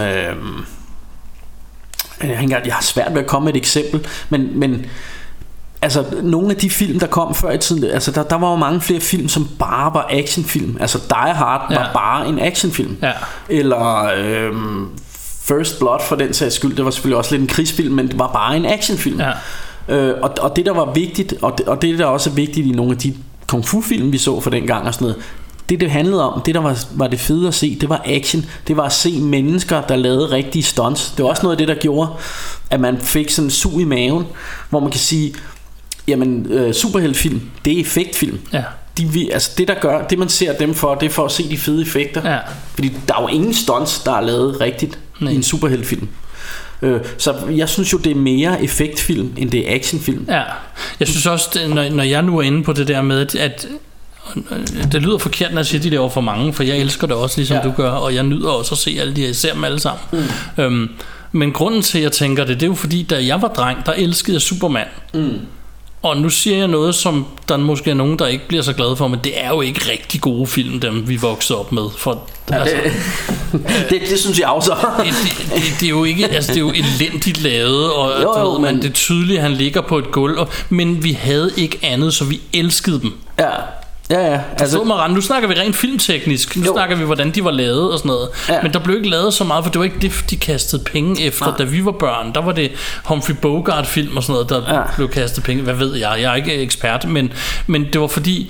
jeg har svært ved at komme med et eksempel, men altså nogle af de film, der kom før i tiden, altså der var jo mange flere film, som bare var actionfilm. Altså Die Hard var bare en actionfilm, eller First Blood for den sags skyld, det var selvfølgelig også lidt en krigsfilm, men det var bare en actionfilm. Og det der var vigtigt, og det der også er vigtigt i nogle af de kung fu film vi så for den gang og sådan noget, det handlede om, det der var det fede at se, det var action. Det var at se mennesker, der lavede rigtige stunts. Det var også noget af det, der gjorde, at man fik sådan en sug i maven, hvor man kan sige, jamen superheltefilm, det er effektfilm. Det der gør, det man ser dem for, det er for at se de fede effekter. Fordi der er jo ingen stunts, der er lavet rigtigt i en superheltefilm. Så jeg synes jo, det er mere effektfilm, end det er actionfilm. Jeg synes også, når jeg nu er inde på det der med, at det lyder forkert, når jeg siger, de laver for mange, for jeg elsker det også, ligesom du gør, og jeg nyder også at se alle de her, jeg ser dem alle sammen. Men grunden til, at jeg tænker det er jo fordi, da jeg var dreng, der elskede jeg Superman. Og nu siger jeg noget, som der måske er nogen, der ikke bliver så glade for, men det er jo ikke rigtig gode film, dem vi voksede op med. For, det synes jeg også. det er jo ikke, altså det er jo elendigt lavet, og men det er tydeligt, at han ligger på et gulv, men vi havde ikke andet, så vi elskede dem. Altså, nu snakker vi rent filmteknisk. Nu snakker vi, hvordan de var lavet og sådan noget. Men der blev ikke lavet så meget, for det var ikke det, de kastede penge efter. Da vi var børn, der var det Humphrey Bogart film og sådan noget, der blev kastet penge. Hvad ved jeg? Jeg er ikke ekspert, men det var fordi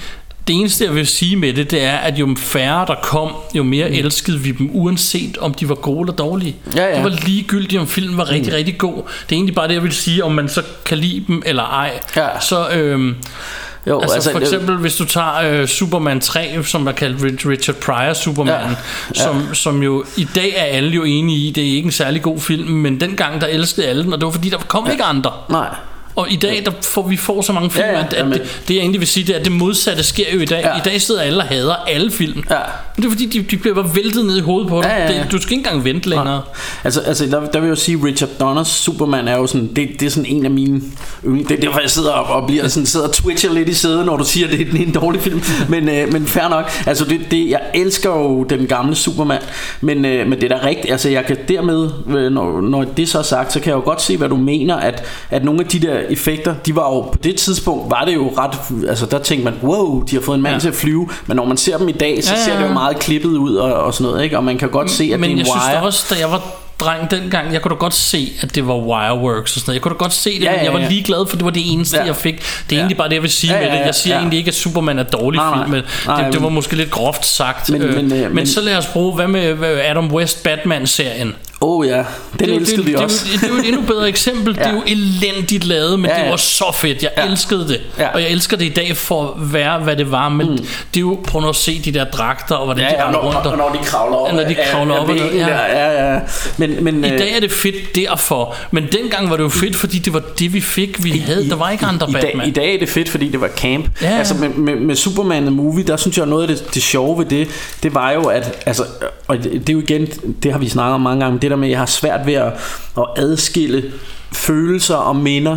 Det eneste jeg vil sige med det er, at jo færre der kom, jo mere elskede vi dem, uanset om de var gode eller dårlige. Ja. Det var ligegyldigt, om filmen var rigtig, rigtig god. Det er egentlig bare det, jeg vil sige, om man så kan lide dem eller ej. Ja. Så Jo, altså for eksempel hvis du tager Superman 3, som er kaldt Richard Pryor Superman, som jo i dag er alle jo enige i, det er ikke en særlig god film, men dengang der elskede alle den, og det var fordi der kom ikke andre. Nej. Og i dag vi får så mange film, at det jeg egentlig vil sige, det er, at det modsatte sker jo i dag. I dag sidder alle og hader alle film. Men det er fordi de bliver bare væltet ned i hovedet på dig. Du skal ikke engang vente længere. Altså der vil jeg jo sige, Richard Donners Superman er jo sådan, det er sådan en af mine yndlings. Det er derfor jeg sidder op og bliver sådan, sidder og twitcher lidt i sædet, når du siger, at det er en dårlig film. Men fair nok. Altså jeg elsker jo den gamle Superman, men det er da rigtigt. Altså jeg kan dermed, når det så er sagt, så kan jeg jo godt se, hvad du mener, at nogle af de der effekter, de var jo på det tidspunkt, var det jo ret, altså der tænkte man, wow, de har fået en mand til at flyve, men når man ser dem i dag, så ser det jo meget klippet ud og sådan noget, ikke? Og man kan godt se, at men det er en wire. Men jeg synes også, da jeg var dreng dengang, jeg kunne da godt se, at det var wireworks og sådan noget. Jeg kunne da godt se det, men jeg var ligeglad, for det var det eneste, jeg fik. Det er egentlig bare det, jeg vil sige med det. Jeg siger egentlig ikke, at Superman er dårlig film, men det var måske lidt groft sagt. Men så lad os bruge, hvad med Adam West Batman-serien? Den elskede vi også. Det er jo et endnu bedre eksempel. Det er jo elendigt lavet, men det var så fedt. Jeg elskede det. Og jeg elsker det i dag for at være, hvad det var. Men det er jo, prøv at se de der dragter og hvordan de render rundt. Og når de kravler op. Når de kravler op. Men i dag er det fedt derfor. Men dengang var det jo fedt, fordi det var det vi fik. Vi havde. Der var ikke andre Batman. I dag er det fedt, fordi det var camp. Altså med Superman the Movie, der synes jeg noget af det sjove ved det var jo at, altså, og det er jo igen, det har vi snakket om mange gange, det der med, at jeg har svært ved at adskille følelser og minder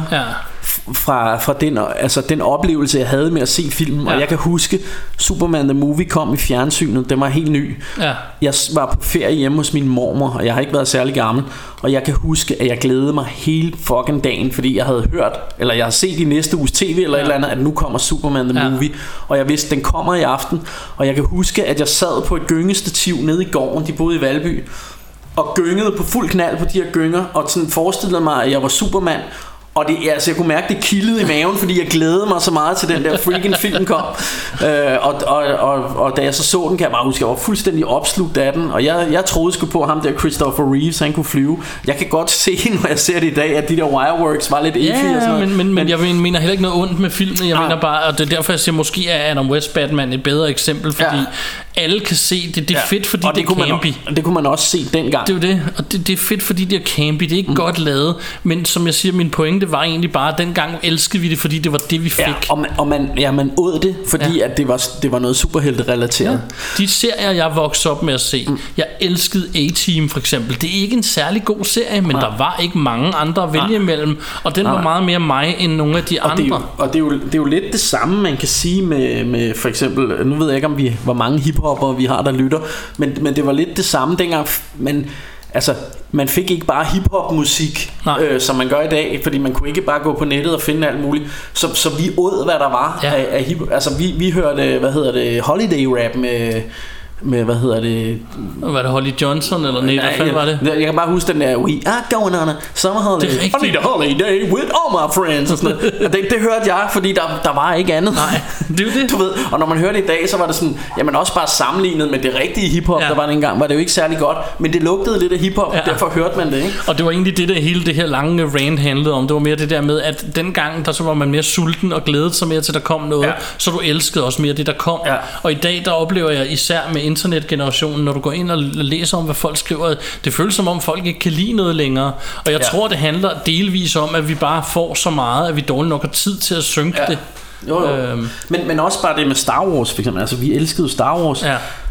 fra den oplevelse jeg havde med at se filmen. Og jeg kan huske Superman the Movie kom i fjernsynet. Den var helt ny. Jeg var på ferie hjemme hos min mormor, og jeg har ikke været særlig gammel, og jeg kan huske at jeg glædede mig hele fucking dagen, fordi jeg havde hørt, eller jeg havde set i næste uges tv eller et eller andet, at nu kommer Superman the Movie, og jeg vidste den kommer i aften. Og jeg kan huske at jeg sad på et gyngestativ nede i gården. De boede i Valby og gyngede på fuld knald på de her gynger, og sådan forestillede mig at jeg var Superman. Og det, altså jeg kunne mærke det kildede i maven, fordi jeg glædede mig så meget til den der freaking film kom. Og da jeg så den, kan jeg bare huske, jeg var fuldstændig opslugt af den. Og jeg troede sgu på ham der Christopher Reeves, han kunne flyve. Jeg kan godt se, når jeg ser det i dag, at de der wireworks var lidt iffy og sådan noget. Men jeg mener heller ikke noget ondt med filmen. Jeg mener bare, og det er derfor jeg siger, måske er Adam West Batman et bedre eksempel, fordi alle kan se det. Det er fedt, fordi det er campy. Det kunne man også se dengang. Det er jo det, og det er fedt, fordi det er campy. Det er ikke godt lavet, men som jeg siger, min pointe var egentlig bare, at dengang elskede vi det, fordi det var det vi fik. Man åd det, fordi at det var noget superhelte-relateret. De serier jeg voksede op med at se, jeg elskede A-Team for eksempel. Det er ikke en særlig god serie, men der var ikke mange andre at vælge imellem, og den var meget mere mig end nogle af de andre. Det er jo lidt det samme man kan sige med for eksempel, nu ved jeg ikke hvor mange hiphopper vi har der lytter, men det var lidt det samme dengang. Men altså, man fik ikke bare hiphop-musik, som man gør i dag, fordi man kunne ikke bare gå på nettet og finde alt muligt. Så vi åd, hvad der var af hiphop. Altså, vi hørte, holiday rap med var det Holly Johnson eller nej, hvad var det? Jeg kan bare huske den der We are going on a summer holiday. I need a holiday with all my friends og sådan noget. Det hørte jeg, fordi der var ikke andet. Nej, det er det. Du ved, og når man hørte i dag, så var det sådan, jamen også bare sammenlignet med det rigtige hiphop, der var dengang, var det jo ikke særlig godt, men det lugtede lidt af hiphop, derfor hørte man det, ikke? Og det var egentlig det der hele det her lange rant handlede om. Det var mere det der med, at dengang der så var man mere sulten og glædede sig mere til der kom noget, så du elskede også mere det der kom. Og i dag der oplever jeg især med internetgenerationen, når du går ind og læser om hvad folk skriver, det føles som om folk ikke kan lide noget længere. Og jeg tror det handler delvis om at vi bare får så meget, at vi dårligt nok har tid til at synke det. Jo. Men også bare det med Star Wars for eksempel. Altså vi elskede Star Wars.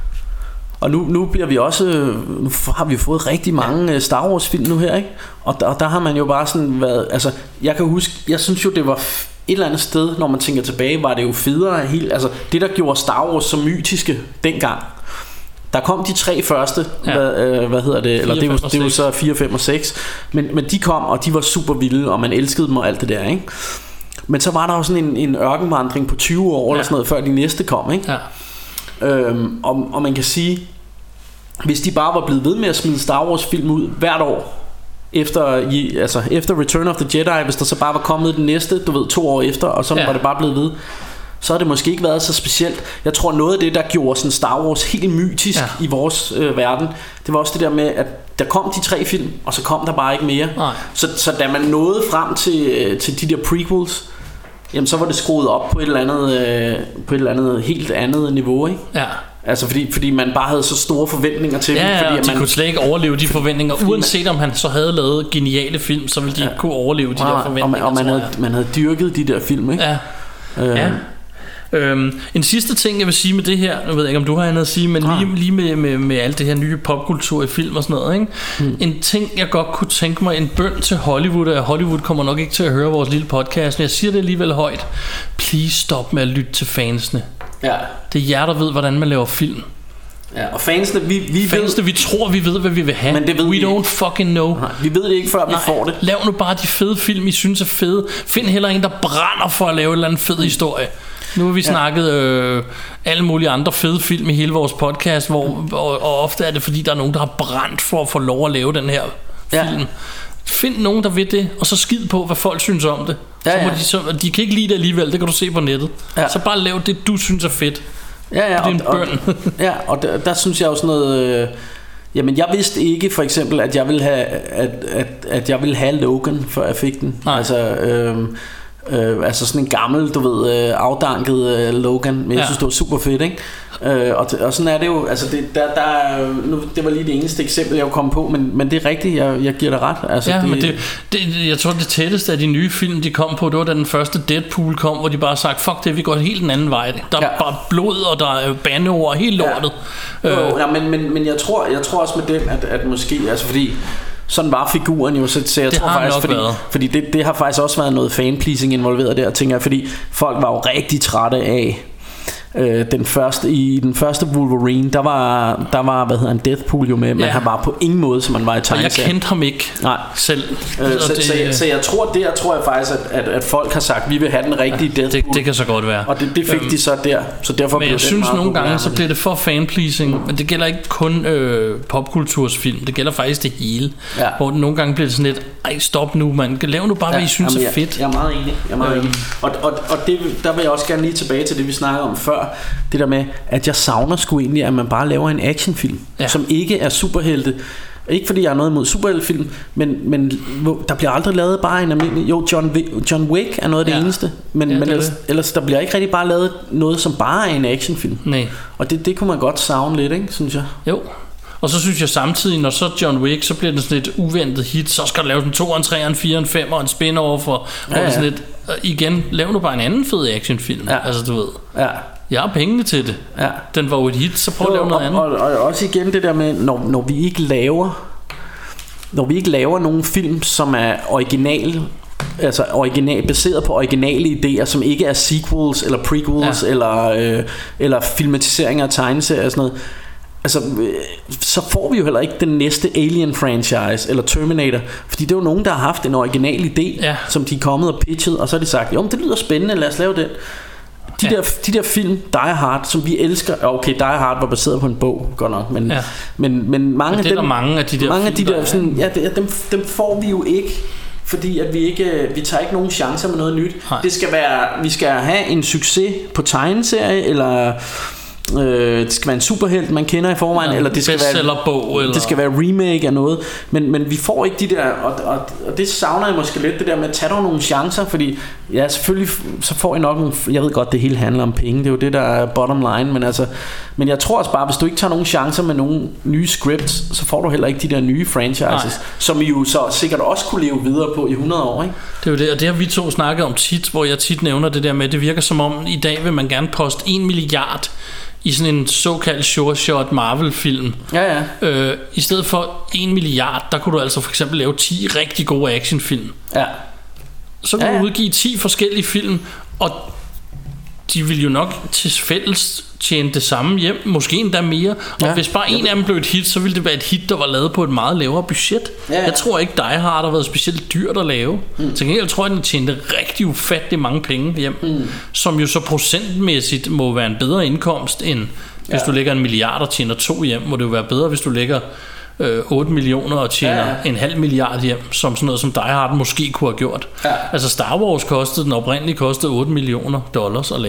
Og nu bliver vi også, nu har vi fået rigtig mange Star Wars film nu her, ikke? Og der har man jo bare sådan været, altså jeg kan huske, jeg synes jo det var et eller andet sted, når man tænker tilbage, var det jo federe helt, altså det der gjorde Star Wars så mytiske dengang. Der kom de 3 første, hvad hedder det, eller det er jo så 4, 5 og 6, men de kom, og de var super vilde, og man elskede dem og alt det der, ikke? Men så var der jo sådan en ørkenvandring på 20 år eller sådan noget, før de næste kom, ikke? Og man kan sige, hvis de bare var blevet ved med at smide Star Wars film ud hvert år, efter Return of the Jedi, hvis der så bare var kommet den næste, du ved, 2 år efter, og så var det bare blevet ved, så har det måske ikke været så specielt. Jeg tror noget af det, der gjorde sådan Star Wars helt mytisk i vores verden, det var også det der med, at der kom de 3 film, og så kom der bare ikke mere. Så da man nåede frem til de der prequels, jamen så var det skruet op på et eller andet helt andet niveau, ikke? Ja. Altså fordi man bare havde så store forventninger til dem, fordi de kunne slet ikke overleve de forventninger. Uanset om han så havde lavet geniale film, så ville de ikke kunne overleve de der forventninger. Og man havde dyrket de der film, ikke? Ja. En sidste ting jeg vil sige med det her, jeg ved ikke om du har andet at sige, men lige med alt det her nye popkultur i film og sådan noget, ikke? En ting jeg godt kunne tænke mig, en bøn til Hollywood, og Hollywood kommer nok ikke til at høre vores lille podcast, men jeg siger det alligevel højt: please stop med at lytte til fansene. Ja. Det er jer der ved hvordan man laver film. Ja, og fansene, vi tror vi ved hvad vi vil have, men det ved we don't fucking know. Nej, vi ved det ikke før vi får det. Lav nu bare de fede film I synes er fede. Find heller en der brænder for at lave en eller anden fed historie. Nu har vi snakket alle mulige andre fede film i hele vores podcast, og ofte er det fordi der er nogen der har brændt for at få lov at lave den her film. Find nogen der ved det, og så skid på hvad folk synes om det. De kan ikke lide det alligevel, det kan du se på nettet. Så bare lav det du synes er fedt. Det er en bøn. Og der synes jeg jo sådan noget. Jamen jeg vidste ikke for eksempel at jeg ville have at jeg ville have Logan før jeg fik den. Altså sådan en gammel, du ved, afdanket Logan, men jeg synes det var super fedt, ikke? Og sådan er det jo. Altså det var lige det eneste eksempel jeg kom på, men det er rigtigt, jeg giver dig ret. Altså, jeg tror det tætteste af de nye film de kom på, det var da den første Deadpool kom, hvor de bare sagde fuck det, vi går helt den anden vej. Der er bare blod og der er bandeord og helt lortet. Men jeg tror også med den at måske, altså fordi sådan var figuren jo, så jeg tror faktisk, fordi det har faktisk også været noget fanpleasing involveret der, tænker jeg, fordi folk var jo rigtig trætte af den første Wolverine, der var hvad hedder han, Deathpool jo med, men han var på ingen måde som man var i tegneserien. Jeg kendte ham ikke selv. Så jeg tror jeg faktisk at folk har sagt vi vil have den rigtige Deathpool. Det kan så godt være. Og det fik de så der, så derfor men jeg synes nogle gange så bliver det for fanpleasing, men det gælder ikke kun popkultursfilm, det gælder faktisk det hele. Hvor det nogle gange bliver det sådan lidt stop nu man, lav nu bare hvad I synes er fedt. Jeg er meget enig. Og det, der vil jeg også gerne lige tilbage til det vi snakkede om før. Det der med at jeg savner sgu egentlig at man bare laver en actionfilm som ikke er superhelte. Ikke fordi jeg har noget imod superheltefilm, men der bliver aldrig lavet bare en almindelig. Jo, John Wick er noget af det eneste, men ellers der bliver ikke rigtig bare lavet noget som bare er en actionfilm. Nej. Og det kunne man godt savne lidt, ikke, synes jeg. Jo. Og så synes jeg samtidig, når så John Wick, så bliver det sådan et uventet hit, så skal der laves en 2'er, en 3'er, en 4'er, en 5'er, en spin-off for sådan lidt. Igen, lav nu bare en anden fed actionfilm. Altså du ved. Jeg har pengene til det. Den var jo et hit, så prøv at lave noget andet. Og også igen det der med når vi ikke laver nogen film som er original, altså baseret på originale idéer, som ikke er sequels eller prequels eller filmatiseringer af tegneserier og sådan noget. Altså, så får vi jo heller ikke den næste Alien franchise eller Terminator, fordi det er jo nogen der har haft en original idé, som de er kommet og pitchet, og så har de sagt, jo, men det lyder spændende, lad os lave den. De der film, Die Hard, som vi elsker. Okay, Die Hard var baseret på en bog, godt nok, men mange af dem, mange af de der sådan, dem får vi jo ikke, fordi at vi tager ikke nogen chancer med noget nyt. Det skal være, vi skal have en succes på tegneserie, eller det skal være en superhelt man kender i forvejen, eller det skal være bog, eller... det skal være remake af noget, men vi får ikke de der, og det savner jeg måske lidt, det der med at tage dog nogle chancer, fordi selvfølgelig så får I nok nogle, jeg ved godt det hele handler om penge, det er jo det der er bottom line, men jeg tror også bare, hvis du ikke tager nogle chancer med nogle nye scripts, så får du heller ikke de der nye franchises, som I jo så sikkert også kunne leve videre på i 100 år, ikke? Det er jo det, og det har vi to snakket om tit, hvor jeg tit nævner det der med, det virker som om i dag vil man gerne poste 1 milliard i sådan en såkaldt short Marvel-film. I stedet for 1 milliard, der kunne du altså for eksempel lave 10 rigtig gode actionfilm. Så kunne du udgive 10 forskellige film, og de vil jo nok til fælles tjene det samme hjem, måske endda mere. Og hvis bare en af dem blev et hit, så ville det være et hit, der var lavet på et meget lavere budget. Jeg tror ikke Die Hard har været specielt dyrt at lave. Til gengæld tror jeg, den tjente rigtig ufattelig mange penge hjem, som jo så procentmæssigt må være en bedre indkomst end hvis du lægger 1 milliard og tjener 2 hjem. Må det jo være bedre, hvis du lægger 8 millioner og tjener 0,5 milliard hjem, som sådan noget som Die Hard måske kunne have gjort. Altså Star Wars den oprindeligt kostede $8 million at lave.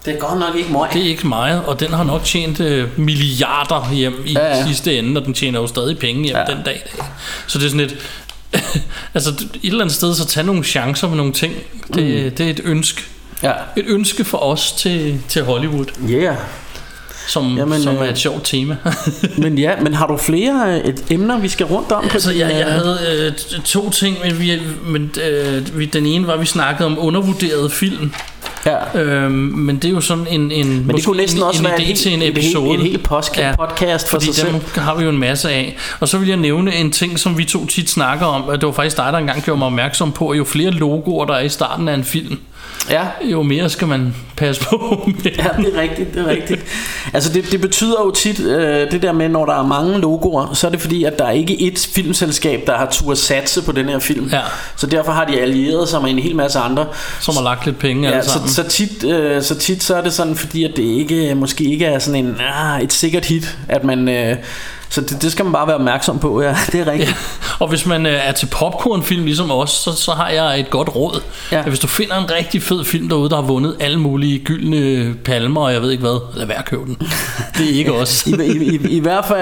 Det er godt nok ikke meget. Det er ikke meget, og den har nok tjent milliarder hjem i sidste ende, og den tjener jo stadig penge hjem den dag. Så det er sådan et... altså et eller andet sted, så tage nogle chancer med nogle ting. Det er et ønske. Ja. Et ønske for os til Hollywood. Yeah. Som er et sjovt tema. men har du flere emner, vi skal rundt om? Altså, jeg havde 2 ting, men den ene var, vi snakkede om undervurderede film. Ja. Men det er jo sådan en men det kunne næsten også være idé til en episode. En helt podcast for sig selv. Fordi dem har vi jo en masse af. Og så vil jeg nævne en ting, som vi 2 tit snakker om. At det var faktisk dig, der engang gjorde mig opmærksom på, at jo flere logoer, der er i starten af en film, jo mere skal man passe på med. Ja, det er rigtigt. Altså det betyder jo tit det der med, når der er mange logoer, så er det fordi, at der er ikke et filmselskab, der har turde satse på den her film. Ja. Så derfor har de allieret sig med en hel masse andre, som har lagt lidt penge alle sammen. Så tit så er det sådan, fordi at det ikke måske ikke er sådan et sikkert hit, at man så det skal man bare være opmærksom på. Ja, det er rigtigt. Ja. Og hvis man er til popcornfilm ligesom os, så har jeg et godt råd. Ja. Hvis du finder en rigtig fed film derude, der har vundet alle mulige gyldne palmer, og jeg ved ikke hvad, lad være at købe den. Det er ikke os. I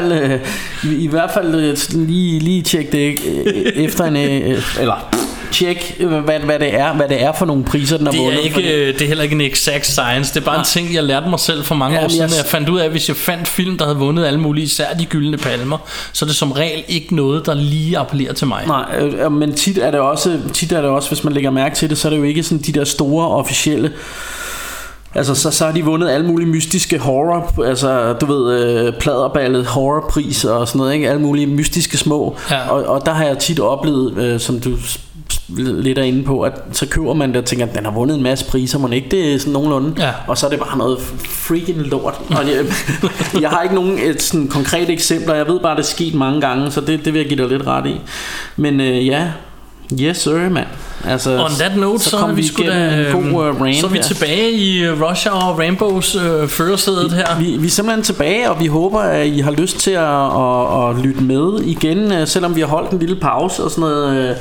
hvert fald lige tjek det efter en eller tjek hvad det er for nogle priser den har vundet. Det er heller ikke en exact science. Det er bare en ting jeg lærte mig selv for mange år siden. Jeg fandt ud af, at hvis jeg fandt film der havde vundet alle mulige, især de gyldne palmer, så er det som regel ikke noget der lige appellerer til mig. Nej, men tit er det også, hvis man lægger mærke til det, så er det jo ikke sådan de der store officielle. Altså så har de vundet alle mulige mystiske horror, altså du ved pladerballet horrorpris og sådan noget, ikke? Alle mulige mystiske små. Ja. Og der har jeg tit oplevet, som du lidt er inde på, at så køber man det og tænker, at den har vundet en masse priser, men ikke det er sådan nogenlunde. Ja. Og så er det bare noget freaking lort. Og jeg har ikke nogen sådan konkrete eksempler. Jeg ved bare, at det er sket mange gange, så det vil jeg give dig lidt ret i. Men yes sir, mand. Altså, on that note, så er vi sgu da så er vi tilbage i Rush Hour Rambos førersædet her. Vi er simpelthen tilbage, og vi håber, at I har lyst til at lytte med igen, selvom vi har holdt en lille pause og sådan noget.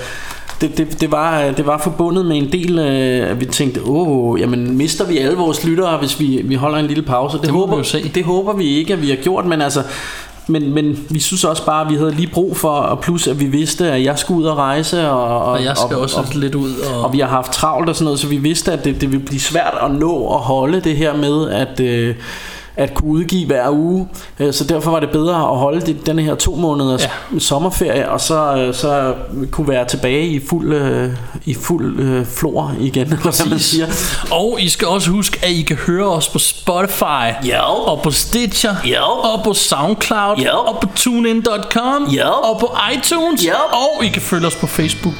Det var forbundet med en del, at vi tænkte, jamen mister vi alle vores lyttere, hvis vi holder en lille pause. Det håber vi ikke, at vi har gjort, men altså. Men vi synes også bare, at vi havde lige brug for, og plus at vi vidste, at jeg skulle ud og rejse, og jeg skal også lidt ud. Og vi har haft travlt og sådan noget, så vi vidste, at det ville blive svært at nå at holde det her med, at kunne udgive hver uge. Så derfor var det bedre at holde denne her 2 måneders sommerferie, og så kunne være tilbage i fuld flor igen. Man siger. Og I skal også huske, at I kan høre os på Spotify, og på Stitcher, og på SoundCloud, og på TuneIn.com, og på iTunes, og I kan følge os på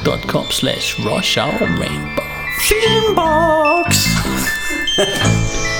Facebook.com/RushHourRainbow. Filmbox.